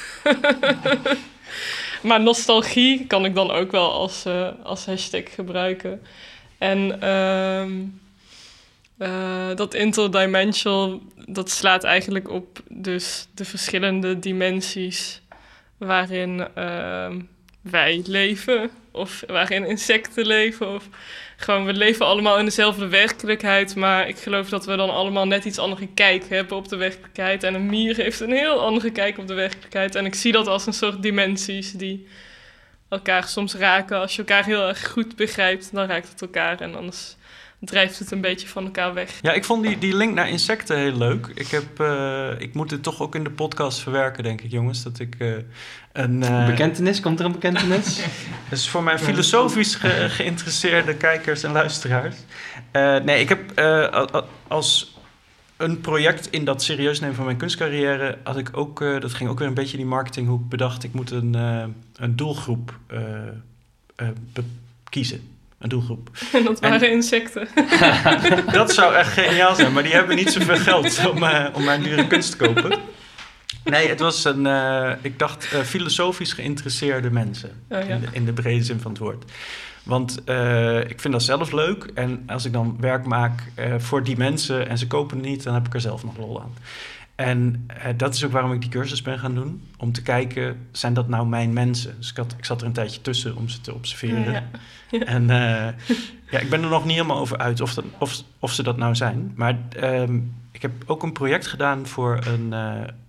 Maar nostalgie kan ik dan ook wel als, uh, als hashtag gebruiken. En uh, uh, dat interdimensional, dat slaat eigenlijk op dus de verschillende dimensies waarin uh, wij leven. Of waarin insecten leven. Of gewoon, we leven allemaal in dezelfde werkelijkheid. Maar ik geloof dat we dan allemaal net iets andere kijk hebben op de werkelijkheid. En een mier heeft een heel andere kijk op de werkelijkheid. En ik zie dat als een soort dimensies die elkaar soms raken. Als je elkaar heel erg goed begrijpt, dan raakt het elkaar. En anders drijft het een beetje van elkaar weg. Ja, ik vond die, die link naar insecten heel leuk. Ik, heb, uh, ik moet het toch ook in de podcast verwerken, denk ik, jongens. Dat ik uh, een... Uh, bekentenis? Komt er een bekentenis? Dat is voor mijn filosofisch ge- geïnteresseerde kijkers en luisteraars. Uh, nee, ik heb uh, als een project in dat serieus nemen van mijn kunstcarrière... had ik ook, uh, dat ging ook weer een beetje die marketinghoek bedacht. Ik moet een, uh, een doelgroep uh, uh, be- kiezen. Een doelgroep. En dat waren en, insecten. Dat zou echt geniaal zijn, maar die hebben niet zoveel geld om, uh, om mijn dure kunst te kopen. Nee, het was een, uh, ik dacht, uh, filosofisch geïnteresseerde mensen. Oh, ja. in, de, in de brede zin van het woord. Want uh, ik vind dat zelf leuk. En als ik dan werk maak uh, voor die mensen en ze kopen het niet, dan heb ik er zelf nog lol aan. En uh, dat is ook waarom ik die cursus ben gaan doen. Om te kijken, zijn dat nou mijn mensen? Dus ik, had, ik zat er een tijdje tussen om ze te observeren. Ja, ja. En uh, ja, ik ben er nog niet helemaal over uit of, dat, of, of ze dat nou zijn. Maar um, ik heb ook een project gedaan voor een, uh,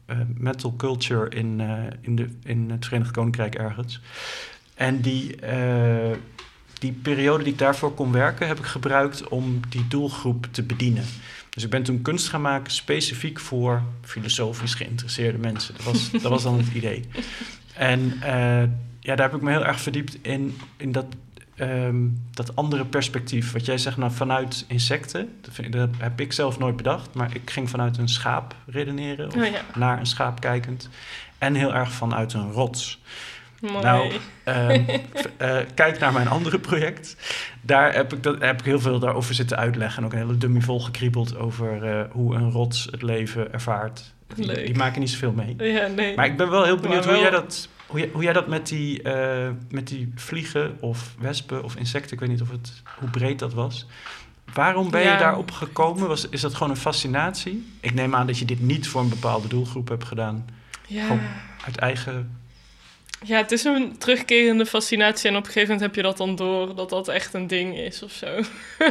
uh, metal culture in, uh, in, de, in het Verenigd Koninkrijk ergens. En die, uh, die periode die ik daarvoor kon werken, heb ik gebruikt om die doelgroep te bedienen. Dus ik ben toen kunst gaan maken specifiek voor filosofisch geïnteresseerde mensen. Dat was, dat was dan het idee. En uh, ja, daar heb ik me heel erg verdiept in, in dat, um, dat andere perspectief. Wat jij zegt, nou, vanuit insecten. Dat, vind, dat heb ik zelf nooit bedacht. Maar ik ging vanuit een schaap redeneren. Of oh ja. naar een schaap kijkend. En heel erg vanuit een rots. Mooi. Nou, um, uh, kijk naar mijn andere project. Daar heb ik, dat, heb ik heel veel daarover zitten uitleggen. En ook een hele dummy vol gekriebeld over uh, hoe een rots het leven ervaart. Die, die maken niet zoveel mee. Ja, nee. Maar ik ben wel heel benieuwd wel... hoe jij dat, hoe jij, hoe jij dat met, die, uh, met die vliegen of wespen of insecten... ik weet niet of het, hoe breed dat was. Waarom ben je ja. daarop gekomen? Was, is dat gewoon een fascinatie? Ik neem aan dat je dit niet voor een bepaalde doelgroep hebt gedaan. Ja. Gewoon uit eigen... Ja, het is een terugkerende fascinatie en op een gegeven moment heb je dat dan door dat dat echt een ding is of zo. uh,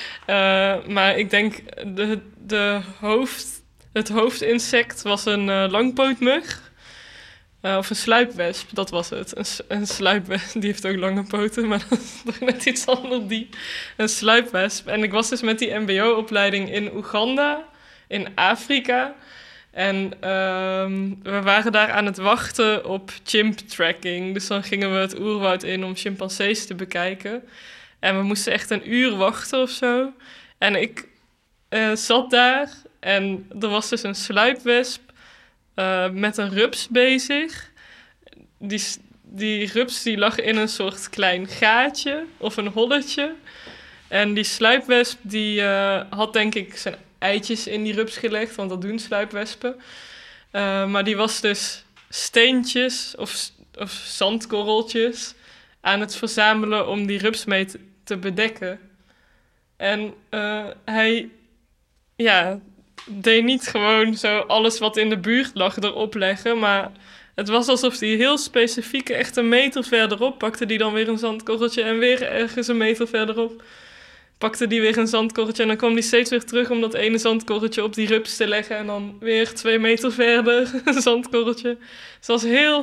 maar ik denk, de, de hoofd, het hoofdinsect was een uh, langpootmug. Uh, of een sluipwesp, dat was het. Een, een sluipwesp, die heeft ook lange poten, maar dat is toch net iets anders die. Een sluipwesp. En ik was dus met die mbo-opleiding in Oeganda, in Afrika. En um, we waren daar aan het wachten op chimp tracking. Dus dan gingen we het oerwoud in om chimpansees te bekijken. En we moesten echt een uur wachten of zo. En ik uh, zat daar en er was dus een sluipwesp uh, met een rups bezig. Die, die rups die lag in een soort klein gaatje of een holletje. En die sluipwesp die uh, had denk ik zijn eitjes in die rups gelegd, want dat doen sluipwespen. Uh, maar die was dus steentjes of, of zandkorreltjes aan het verzamelen om die rups mee te, te bedekken. En uh, hij ja, deed niet gewoon zo alles wat in de buurt lag erop leggen, maar het was alsof hij heel specifiek echt een meter verderop pakte die dan weer een zandkorreltje en weer ergens een meter verderop pakte die weer een zandkorreltje en dan kwam die steeds weer terug om dat ene zandkorreltje op die rups te leggen en dan weer twee meter verder een zandkorreltje. Het was heel,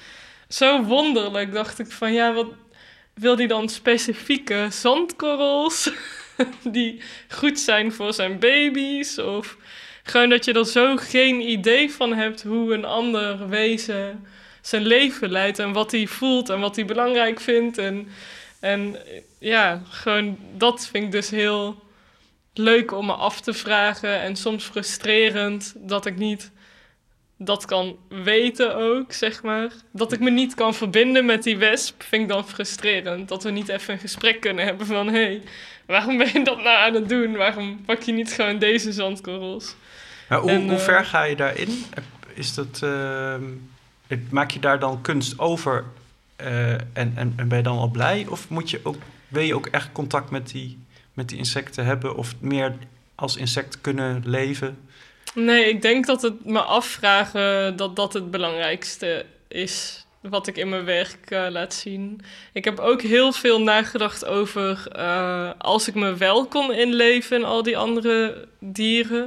zo wonderlijk, dacht ik van ja, wat wil die dan specifieke zandkorrels die goed zijn voor zijn baby's of gewoon dat je er zo geen idee van hebt hoe een ander wezen zijn leven leidt en wat hij voelt en wat hij belangrijk vindt en En ja, gewoon dat vind ik dus heel leuk om me af te vragen. En soms frustrerend dat ik niet dat kan weten ook, zeg maar. Dat ik me niet kan verbinden met die wesp vind ik dan frustrerend. Dat we niet even een gesprek kunnen hebben van... hé, hey, waarom ben je dat nou aan het doen? Waarom pak je niet gewoon deze zandkorrels? Ja, hoe, en, hoe uh, ver ga je daarin? Is dat, uh, maak je daar dan kunst over... Uh, en, en, en ben je dan al blij? Of moet je ook, wil je ook echt contact met die, met die insecten hebben? Of meer als insect kunnen leven? Nee, ik denk dat het me afvragen... dat dat het belangrijkste is... wat ik in mijn werk uh, laat zien. Ik heb ook heel veel nagedacht over... Uh, als ik me wel kon inleven in al die andere dieren...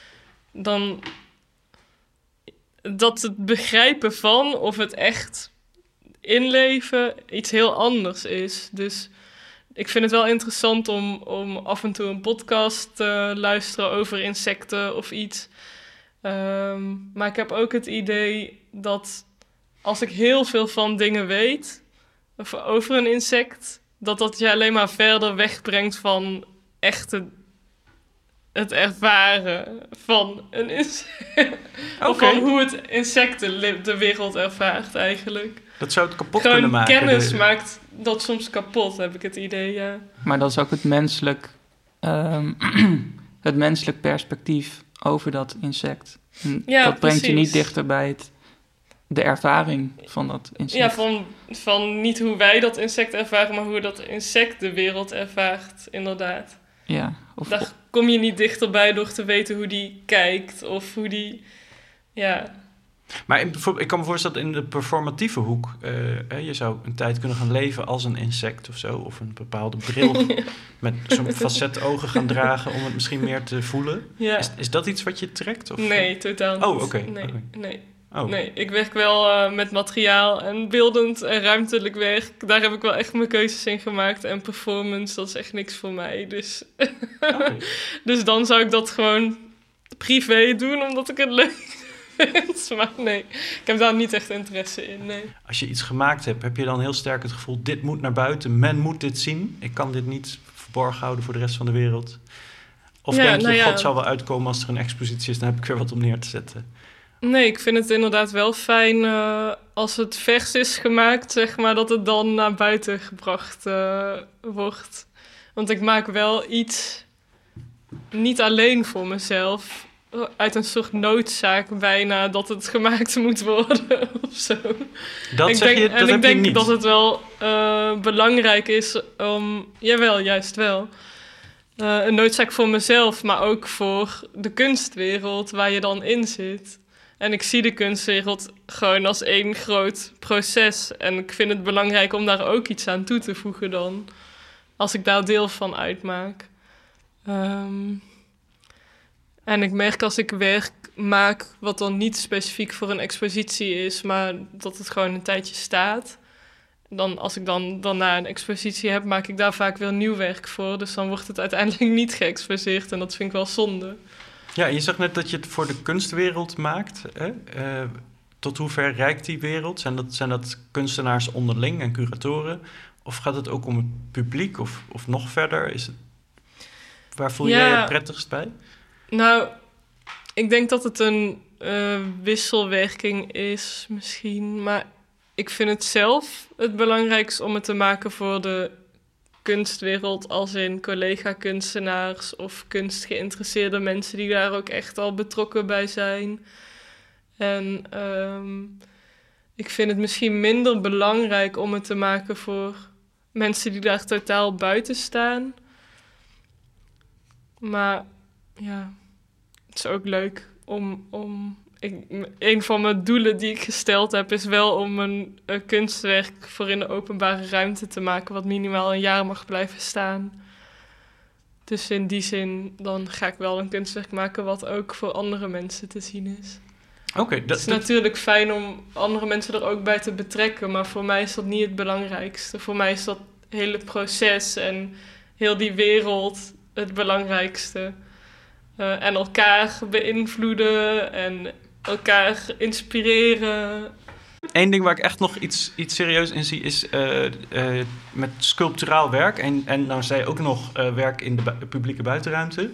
dan... dat het begrijpen van of het echt... inleven iets heel anders is. Dus ik vind het wel interessant om, om af en toe een podcast te luisteren over insecten of iets. Um, maar ik heb ook het idee dat als ik heel veel van dingen weet of over een insect, dat dat je alleen maar verder wegbrengt van echt het ervaren van een insect. Okay. Of van hoe het insecten de wereld ervaart eigenlijk. Dat zou het kapot Gewoon kunnen maken. Kennis de... maakt dat soms kapot, heb ik het idee, ja. Maar dat is ook het menselijk, um, het menselijk perspectief over dat insect. Ja, dat brengt precies. je niet dichter bij het, de ervaring van dat insect. Ja, van, van niet hoe wij dat insect ervaren, maar hoe dat insect de wereld ervaart, inderdaad. Ja. Of, Daar kom je niet dichterbij door te weten hoe die kijkt of hoe die, ja... Maar in, ik kan me voorstellen dat in de performatieve hoek... Uh, hè, je zou een tijd kunnen gaan leven als een insect of zo. Of een bepaalde bril met zo'n facetogen gaan dragen... om het misschien meer te voelen. Ja. Is, is dat iets wat je trekt? Of? Nee, totaal niet. Oh, oké. Okay. Nee, okay. nee. Oh. Nee, ik werk wel uh, met materiaal en beeldend en ruimtelijk werk. Daar heb ik wel echt mijn keuzes in gemaakt. En performance, dat is echt niks voor mij. Dus, okay. Dus dan zou ik dat gewoon privé doen, omdat ik het leuk vind. Maar nee, ik heb daar niet echt interesse in, nee. Als je iets gemaakt hebt, heb je dan heel sterk het gevoel... dit moet naar buiten, men moet dit zien. Ik kan dit niet verborgen houden voor de rest van de wereld. Of ja, denk je, nou ja. God zal wel uitkomen als er een expositie is... dan heb ik weer wat om neer te zetten. Nee, ik vind het inderdaad wel fijn uh, als het vers is gemaakt, zeg maar, dat het dan naar buiten gebracht uh, wordt. Want ik maak wel iets niet alleen voor mezelf, uit een soort noodzaak bijna, dat het gemaakt moet worden of zo. Dat ik zeg denk, je, dat en heb ik denk je niet. dat het wel uh, belangrijk is om, jawel, juist wel. Uh, een noodzaak voor mezelf, maar ook voor de kunstwereld waar je dan in zit. En ik zie de kunstwereld gewoon als één groot proces. En ik vind het belangrijk om daar ook iets aan toe te voegen dan. Als ik daar deel van uitmaak. Um, en ik merk als ik werk maak wat dan niet specifiek voor een expositie is, maar dat het gewoon een tijdje staat. Dan, als ik dan daarna een expositie heb, maak ik daar vaak weer nieuw werk voor. Dus dan wordt het uiteindelijk niet geëxposeerd en dat vind ik wel zonde. Ja, je zegt net dat je het voor de kunstwereld maakt. Hè? Uh, tot hoever reikt die wereld? Zijn dat, zijn dat kunstenaars onderling en curatoren? Of gaat het ook om het publiek of, of nog verder? Is het, waar voel ja, jij je prettigst bij? Nou, ik denk dat het een uh, wisselwerking is misschien. Maar ik vind het zelf het belangrijkst om het te maken voor de kunstwereld, als in collega-kunstenaars of kunstgeïnteresseerde mensen die daar ook echt al betrokken bij zijn. En um, ik vind het misschien minder belangrijk om het te maken voor mensen die daar totaal buiten staan. Maar ja, het is ook leuk om... om ik, een van mijn doelen die ik gesteld heb is wel om een, een kunstwerk voor in de openbare ruimte te maken wat minimaal een jaar mag blijven staan. Dus in die zin, dan ga ik wel een kunstwerk maken wat ook voor andere mensen te zien is. Oké. Okay, het is dat... natuurlijk fijn om andere mensen er ook bij te betrekken, maar voor mij is dat niet het belangrijkste. Voor mij is dat hele proces en heel die wereld het belangrijkste. Uh, en elkaar beïnvloeden en elkaar inspireren. Eén ding waar ik echt nog iets, iets serieus in zie is uh, uh, met sculpturaal werk. En, en nou zei je ook nog uh, werk in de bu- publieke buitenruimte.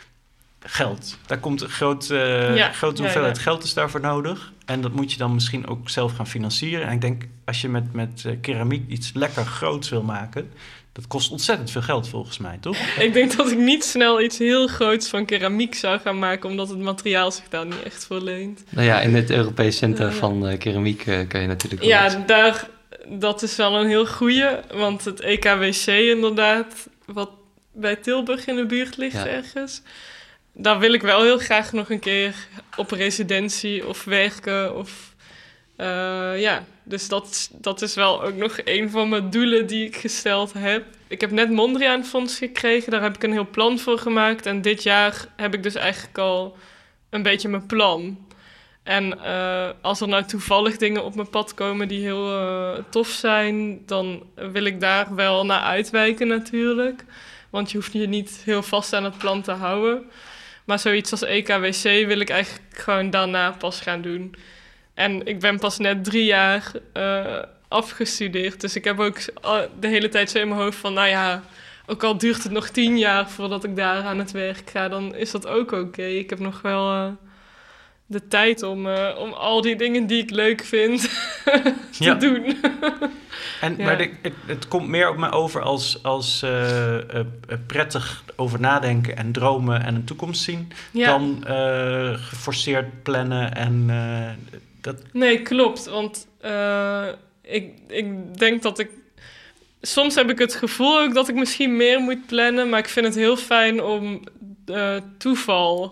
Geld. Daar komt een groot, uh, ja, grote ja, hoeveelheid ja. geld is daarvoor nodig. En dat moet je dan misschien ook zelf gaan financieren. En ik denk, als je met, met uh, keramiek iets lekker groots wil maken, dat kost ontzettend veel geld volgens mij, toch? Ik denk dat ik niet snel iets heel groots van keramiek zou gaan maken, omdat het materiaal zich daar niet echt voor leent. Nou ja, in het Europees Centrum uh, van uh, Keramiek uh, kan je natuurlijk wel ja, iets. daar, dat is wel een heel goeie, want het E K W C inderdaad, wat bij Tilburg in de buurt ligt ja. ergens, daar wil ik wel heel graag nog een keer op residentie of werken of... Uh, ja, dus dat, dat is wel ook nog een van mijn doelen die ik gesteld heb. Ik heb net Mondriaan Fonds gekregen, daar heb ik een heel plan voor gemaakt. En dit jaar heb ik dus eigenlijk al een beetje mijn plan. En uh, als er nou toevallig dingen op mijn pad komen die heel uh, tof zijn, dan wil ik daar wel naar uitwijken natuurlijk. Want je hoeft je niet heel vast aan het plan te houden. Maar zoiets als E K W C wil ik eigenlijk gewoon daarna pas gaan doen. En ik ben pas net drie jaar uh, afgestudeerd. Dus ik heb ook de hele tijd zo in mijn hoofd van... nou ja, ook al duurt het nog tien jaar voordat ik daar aan het werk ga... dan is dat ook oké. Okay. Ik heb nog wel uh, de tijd om, uh, om al die dingen die ik leuk vind te ja. doen. En, ja. Maar de, het, het komt meer op me over als, als uh, uh, prettig over nadenken en dromen en een toekomst zien... Ja. dan uh, geforceerd plannen en... Uh, Dat... Nee, klopt. Want uh, ik, ik denk dat ik... Soms heb ik het gevoel ook dat ik misschien meer moet plannen. Maar ik vind het heel fijn om uh, toeval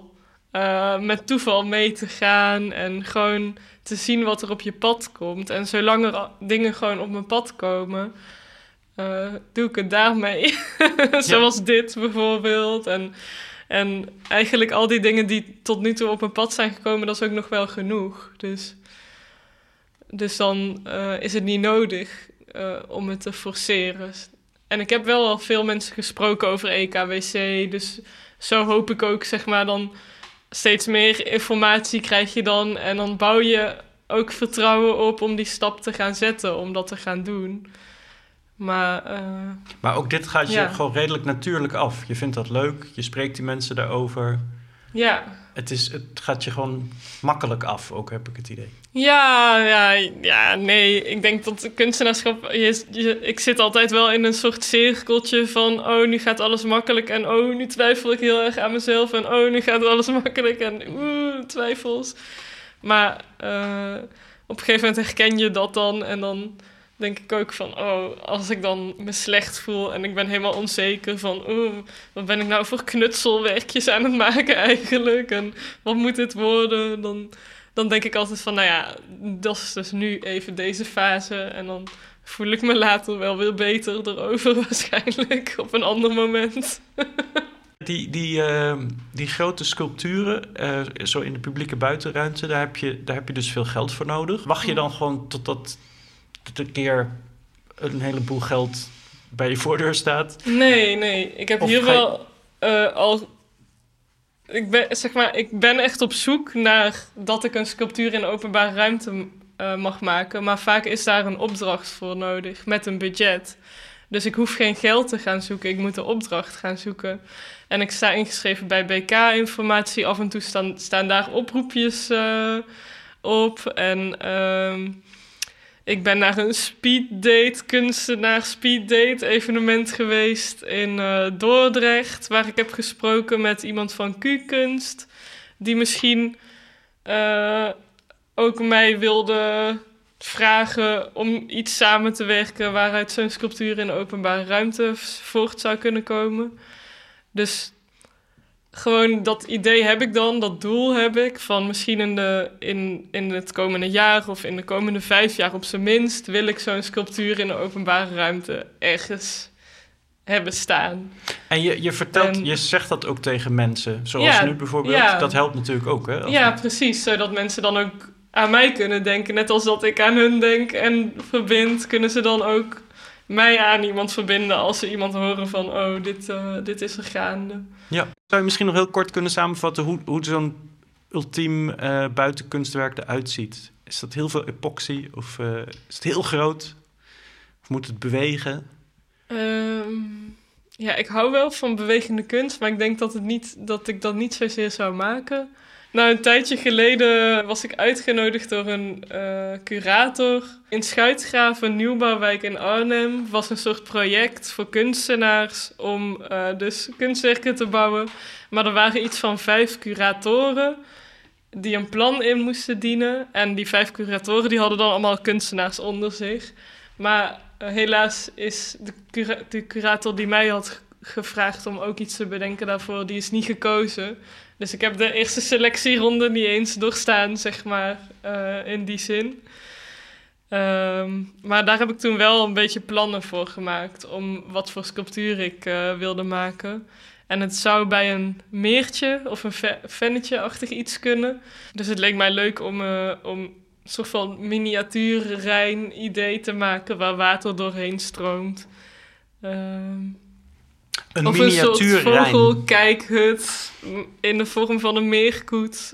uh, met toeval mee te gaan en gewoon te zien wat er op je pad komt. En zolang er dingen gewoon op mijn pad komen, uh, doe ik het daarmee. Zoals ja. dit bijvoorbeeld. En, en eigenlijk al die dingen die tot nu toe op mijn pad zijn gekomen, dat is ook nog wel genoeg. Dus, dus dan uh, is het niet nodig uh, om het te forceren. En ik heb wel al veel mensen gesproken over E K W C. Dus zo hoop ik ook, zeg maar, dan steeds meer informatie krijg je dan. En dan bouw je ook vertrouwen op om die stap te gaan zetten, om dat te gaan doen. Maar, uh, maar ook dit gaat je ja. gewoon redelijk natuurlijk af. Je vindt dat leuk, je spreekt die mensen daarover. Ja. Het, is, het gaat je gewoon makkelijk af, ook heb ik het idee. Ja, ja, ja, nee. Ik denk dat kunstenaarschap... Je, je, ik zit altijd wel in een soort cirkeltje van... oh, nu gaat alles makkelijk en oh, nu twijfel ik heel erg aan mezelf... en oh, nu gaat alles makkelijk en oeh, twijfels. Maar uh, op een gegeven moment herken je dat dan... en dan denk ik ook van... oh, als ik dan me slecht voel en ik ben helemaal onzeker van... oeh, wat ben ik nou voor knutselwerkjes aan het maken eigenlijk? En wat moet dit worden? Dan... Dan denk ik altijd van, nou ja, dat is dus nu even deze fase. En dan voel ik me later wel weer beter erover waarschijnlijk. Op een ander moment. Die, die, uh, die grote sculpturen, uh, zo in de publieke buitenruimte, daar heb, je, daar heb je dus veel geld voor nodig. Wacht je dan gewoon totdat tot een keer een heleboel geld bij je voordeur staat? Nee, nee. Ik heb of hier wel uh, al... Ik ben, zeg maar, ik ben echt op zoek naar dat ik een sculptuur in de openbare ruimte uh, mag maken. Maar vaak is daar een opdracht voor nodig met een budget. Dus ik hoef geen geld te gaan zoeken. Ik moet een opdracht gaan zoeken. En ik sta ingeschreven bij B K-informatie. Af en toe staan, staan daar oproepjes uh, op. En uh, ik ben naar een speeddate, kunstenaar speeddate evenement geweest in uh, Dordrecht. Waar ik heb gesproken met iemand van Q-kunst. Die misschien uh, ook mij wilde vragen om iets samen te werken... waaruit zo'n sculptuur in de openbare ruimte voort zou kunnen komen. Dus gewoon dat idee heb ik dan, dat doel heb ik... van misschien in, de, in, in het komende jaar of in de komende vijf jaar op zijn minst... wil ik zo'n sculptuur in de openbare ruimte ergens hebben staan. En je, je vertelt, en, je zegt dat ook tegen mensen, zoals ja, nu bijvoorbeeld. Ja. Dat helpt natuurlijk ook, hè? Ja, we... precies. Zodat mensen dan ook aan mij kunnen denken. Net als dat ik aan hun denk en verbind, kunnen ze dan ook mij aan iemand verbinden als ze iemand horen van, oh, dit, uh, dit is er gaande. Ja. Zou je misschien nog heel kort kunnen samenvatten hoe, hoe zo'n ultiem uh, buitenkunstwerk eruit ziet? Is dat heel veel epoxy of uh, is het heel groot? Of moet het bewegen? Um, ja, ik hou wel van bewegende kunst, maar ik denk dat, het niet, dat ik dat niet zozeer zou maken. Nou, een tijdje geleden was ik uitgenodigd door een uh, curator. In Schuitgraven, nieuwbouwwijk in Arnhem, was een soort project voor kunstenaars om uh, dus kunstwerken te bouwen. Maar er waren iets van vijf curatoren die een plan in moesten dienen. En die vijf curatoren die hadden dan allemaal kunstenaars onder zich. Maar uh, helaas is de, cura- de curator die mij had gevraagd om ook iets te bedenken daarvoor, die is niet gekozen. Dus ik heb de eerste selectieronde niet eens doorstaan, zeg maar, uh, in die zin. Um, maar daar heb ik toen wel een beetje plannen voor gemaakt om wat voor sculptuur ik uh, wilde maken. En het zou bij een meertje of een ve- vennetje-achtig iets kunnen. Dus het leek mij leuk om, uh, om een soort van miniatuur-Rijn idee te maken waar water doorheen stroomt. Um, Een of een soort vogelkijkhut in de vorm van een meerkoet.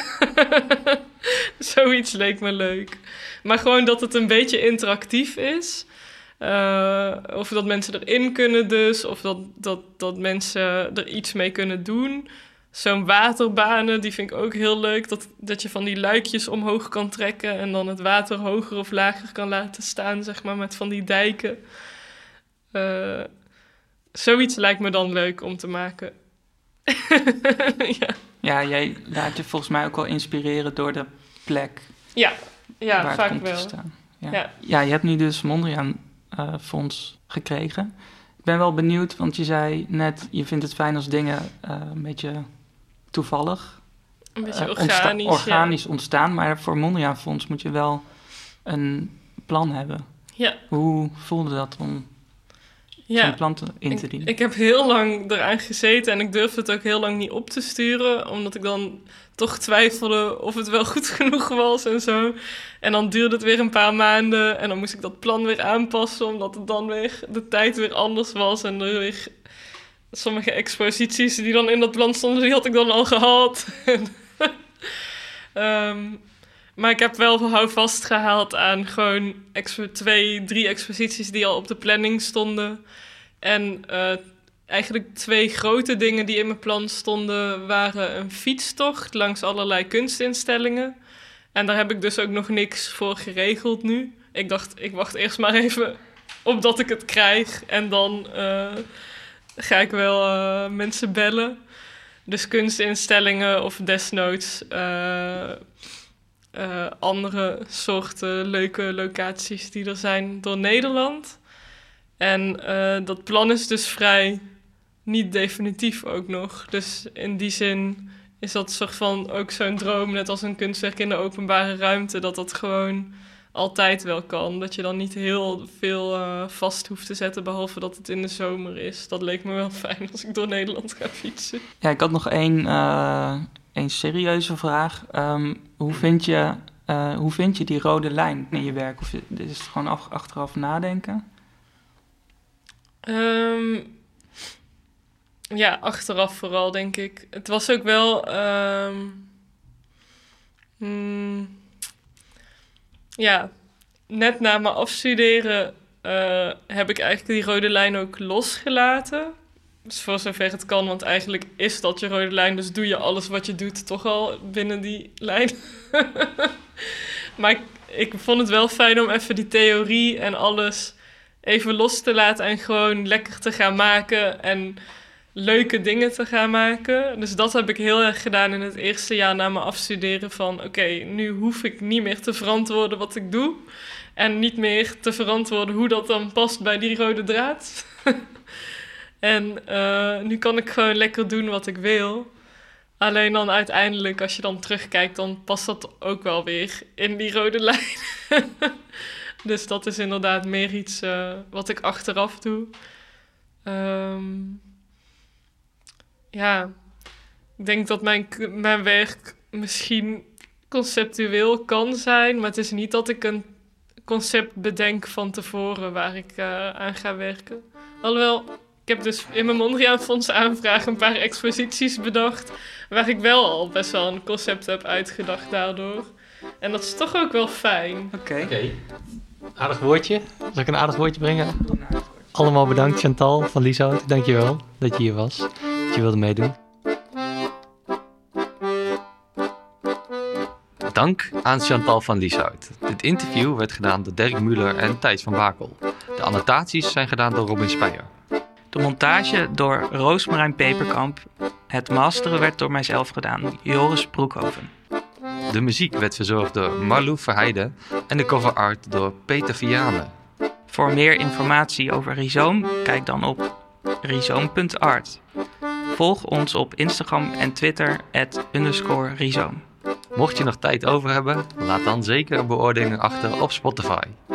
Zoiets leek me leuk. Maar gewoon dat het een beetje interactief is. Uh, of dat mensen erin kunnen dus. Of dat, dat, dat mensen er iets mee kunnen doen. Zo'n waterbanen, die vind ik ook heel leuk. Dat, dat je van die luikjes omhoog kan trekken en dan het water hoger of lager kan laten staan, zeg maar, met van die dijken. Uh, zoiets lijkt me dan leuk om te maken. ja. ja, jij laat je volgens mij ook wel inspireren door de plek. Ja, ja waar vaak het komt wel. te staan. Ja. Ja. ja, je hebt nu dus Mondriaan uh, Fonds gekregen. Ik ben wel benieuwd, want je zei net, je vindt het fijn als dingen uh, een beetje toevallig Een beetje uh, organisch, ontstaan, organisch ja. ontstaan. Maar voor Mondriaan Fonds moet je wel een plan hebben. Ja. Hoe voelde dat om ja. zo'n plan te, in te dienen? Ik, ik heb heel lang eraan gezeten en ik durfde het ook heel lang niet op te sturen. Omdat ik dan toch twijfelde of het wel goed genoeg was en zo. En dan duurde het weer een paar maanden en dan moest ik dat plan weer aanpassen. Omdat het dan weer de tijd weer anders was en er weer... Sommige exposities die dan in dat plan stonden, die had ik dan al gehad. um, maar ik heb wel houvast gehaald aan gewoon expo- twee, drie exposities die al op de planning stonden. En uh, eigenlijk twee grote dingen die in mijn plan stonden waren een fietstocht langs allerlei kunstinstellingen. En daar heb ik dus ook nog niks voor geregeld nu. Ik dacht, ik wacht eerst maar even op dat ik het krijg en dan... Uh, ga ik wel uh, mensen bellen. Dus kunstinstellingen of desnoods uh, uh, andere soorten leuke locaties die er zijn door Nederland. En uh, dat plan is dus vrij niet definitief ook nog. Dus in die zin is dat soort van ook zo'n droom, net als een kunstwerk in de openbare ruimte, dat dat gewoon... altijd wel kan. Dat je dan niet heel veel uh, vast hoeft te zetten, behalve dat het in de zomer is. Dat leek me wel fijn als ik door Nederland ga fietsen. Ja, ik had nog één, uh, één serieuze vraag. Um, hoe, vind je, uh, hoe vind je die rode lijn in je werk? Of is het gewoon af, achteraf nadenken? Um, ja, achteraf vooral, denk ik. Het was ook wel... Um, hmm, Ja, net na mijn afstuderen uh, heb ik eigenlijk die rode lijn ook losgelaten. Dus voor zover het kan, want eigenlijk is dat je rode lijn. Dus doe je alles wat je doet toch al binnen die lijn. Maar ik, ik vond het wel fijn om even die theorie en alles even los te laten. En gewoon lekker te gaan maken en leuke dingen te gaan maken. Dus dat heb ik heel erg gedaan in het eerste jaar na mijn afstuderen. Van oké, okay, nu hoef ik niet meer te verantwoorden wat ik doe. En niet meer te verantwoorden hoe dat dan past bij die rode draad. En uh, nu kan ik gewoon lekker doen wat ik wil. Alleen dan uiteindelijk, als je dan terugkijkt, dan past dat ook wel weer in die rode lijn. Dus dat is inderdaad meer iets uh, wat ik achteraf doe. Um, Ja, ik denk dat mijn, mijn werk misschien conceptueel kan zijn, maar het is niet dat ik een concept bedenk van tevoren waar ik uh, aan ga werken. Alhoewel, ik heb dus in mijn Mondriaan Fonds aanvraag een paar exposities bedacht, waar ik wel al best wel een concept heb uitgedacht daardoor. En dat is toch ook wel fijn. Oké. Okay. Okay. Aardig woordje. Zal ik een aardig woordje brengen? Allemaal bedankt, Chantal van Lieshout. Dankjewel dat je hier was. Dat je wilde meedoen. Dank aan Chantal van Lieshout. Dit interview werd gedaan door Dirk Muller en Thijs van Bakel. De annotaties zijn gedaan door Robin Speyer. De montage door Roosmarijn Peperkamp. Het masteren werd door mijzelf gedaan, Joris Broekhoven. De muziek werd verzorgd door Marlou Verheijden en de cover art door Peter Vianen. Voor meer informatie over Rhizoom, kijk dan op rhizoom punt art. Volg ons op Instagram en Twitter at underscore Rhizoom. Mocht je nog tijd over hebben, laat dan zeker een beoordeling achter op Spotify.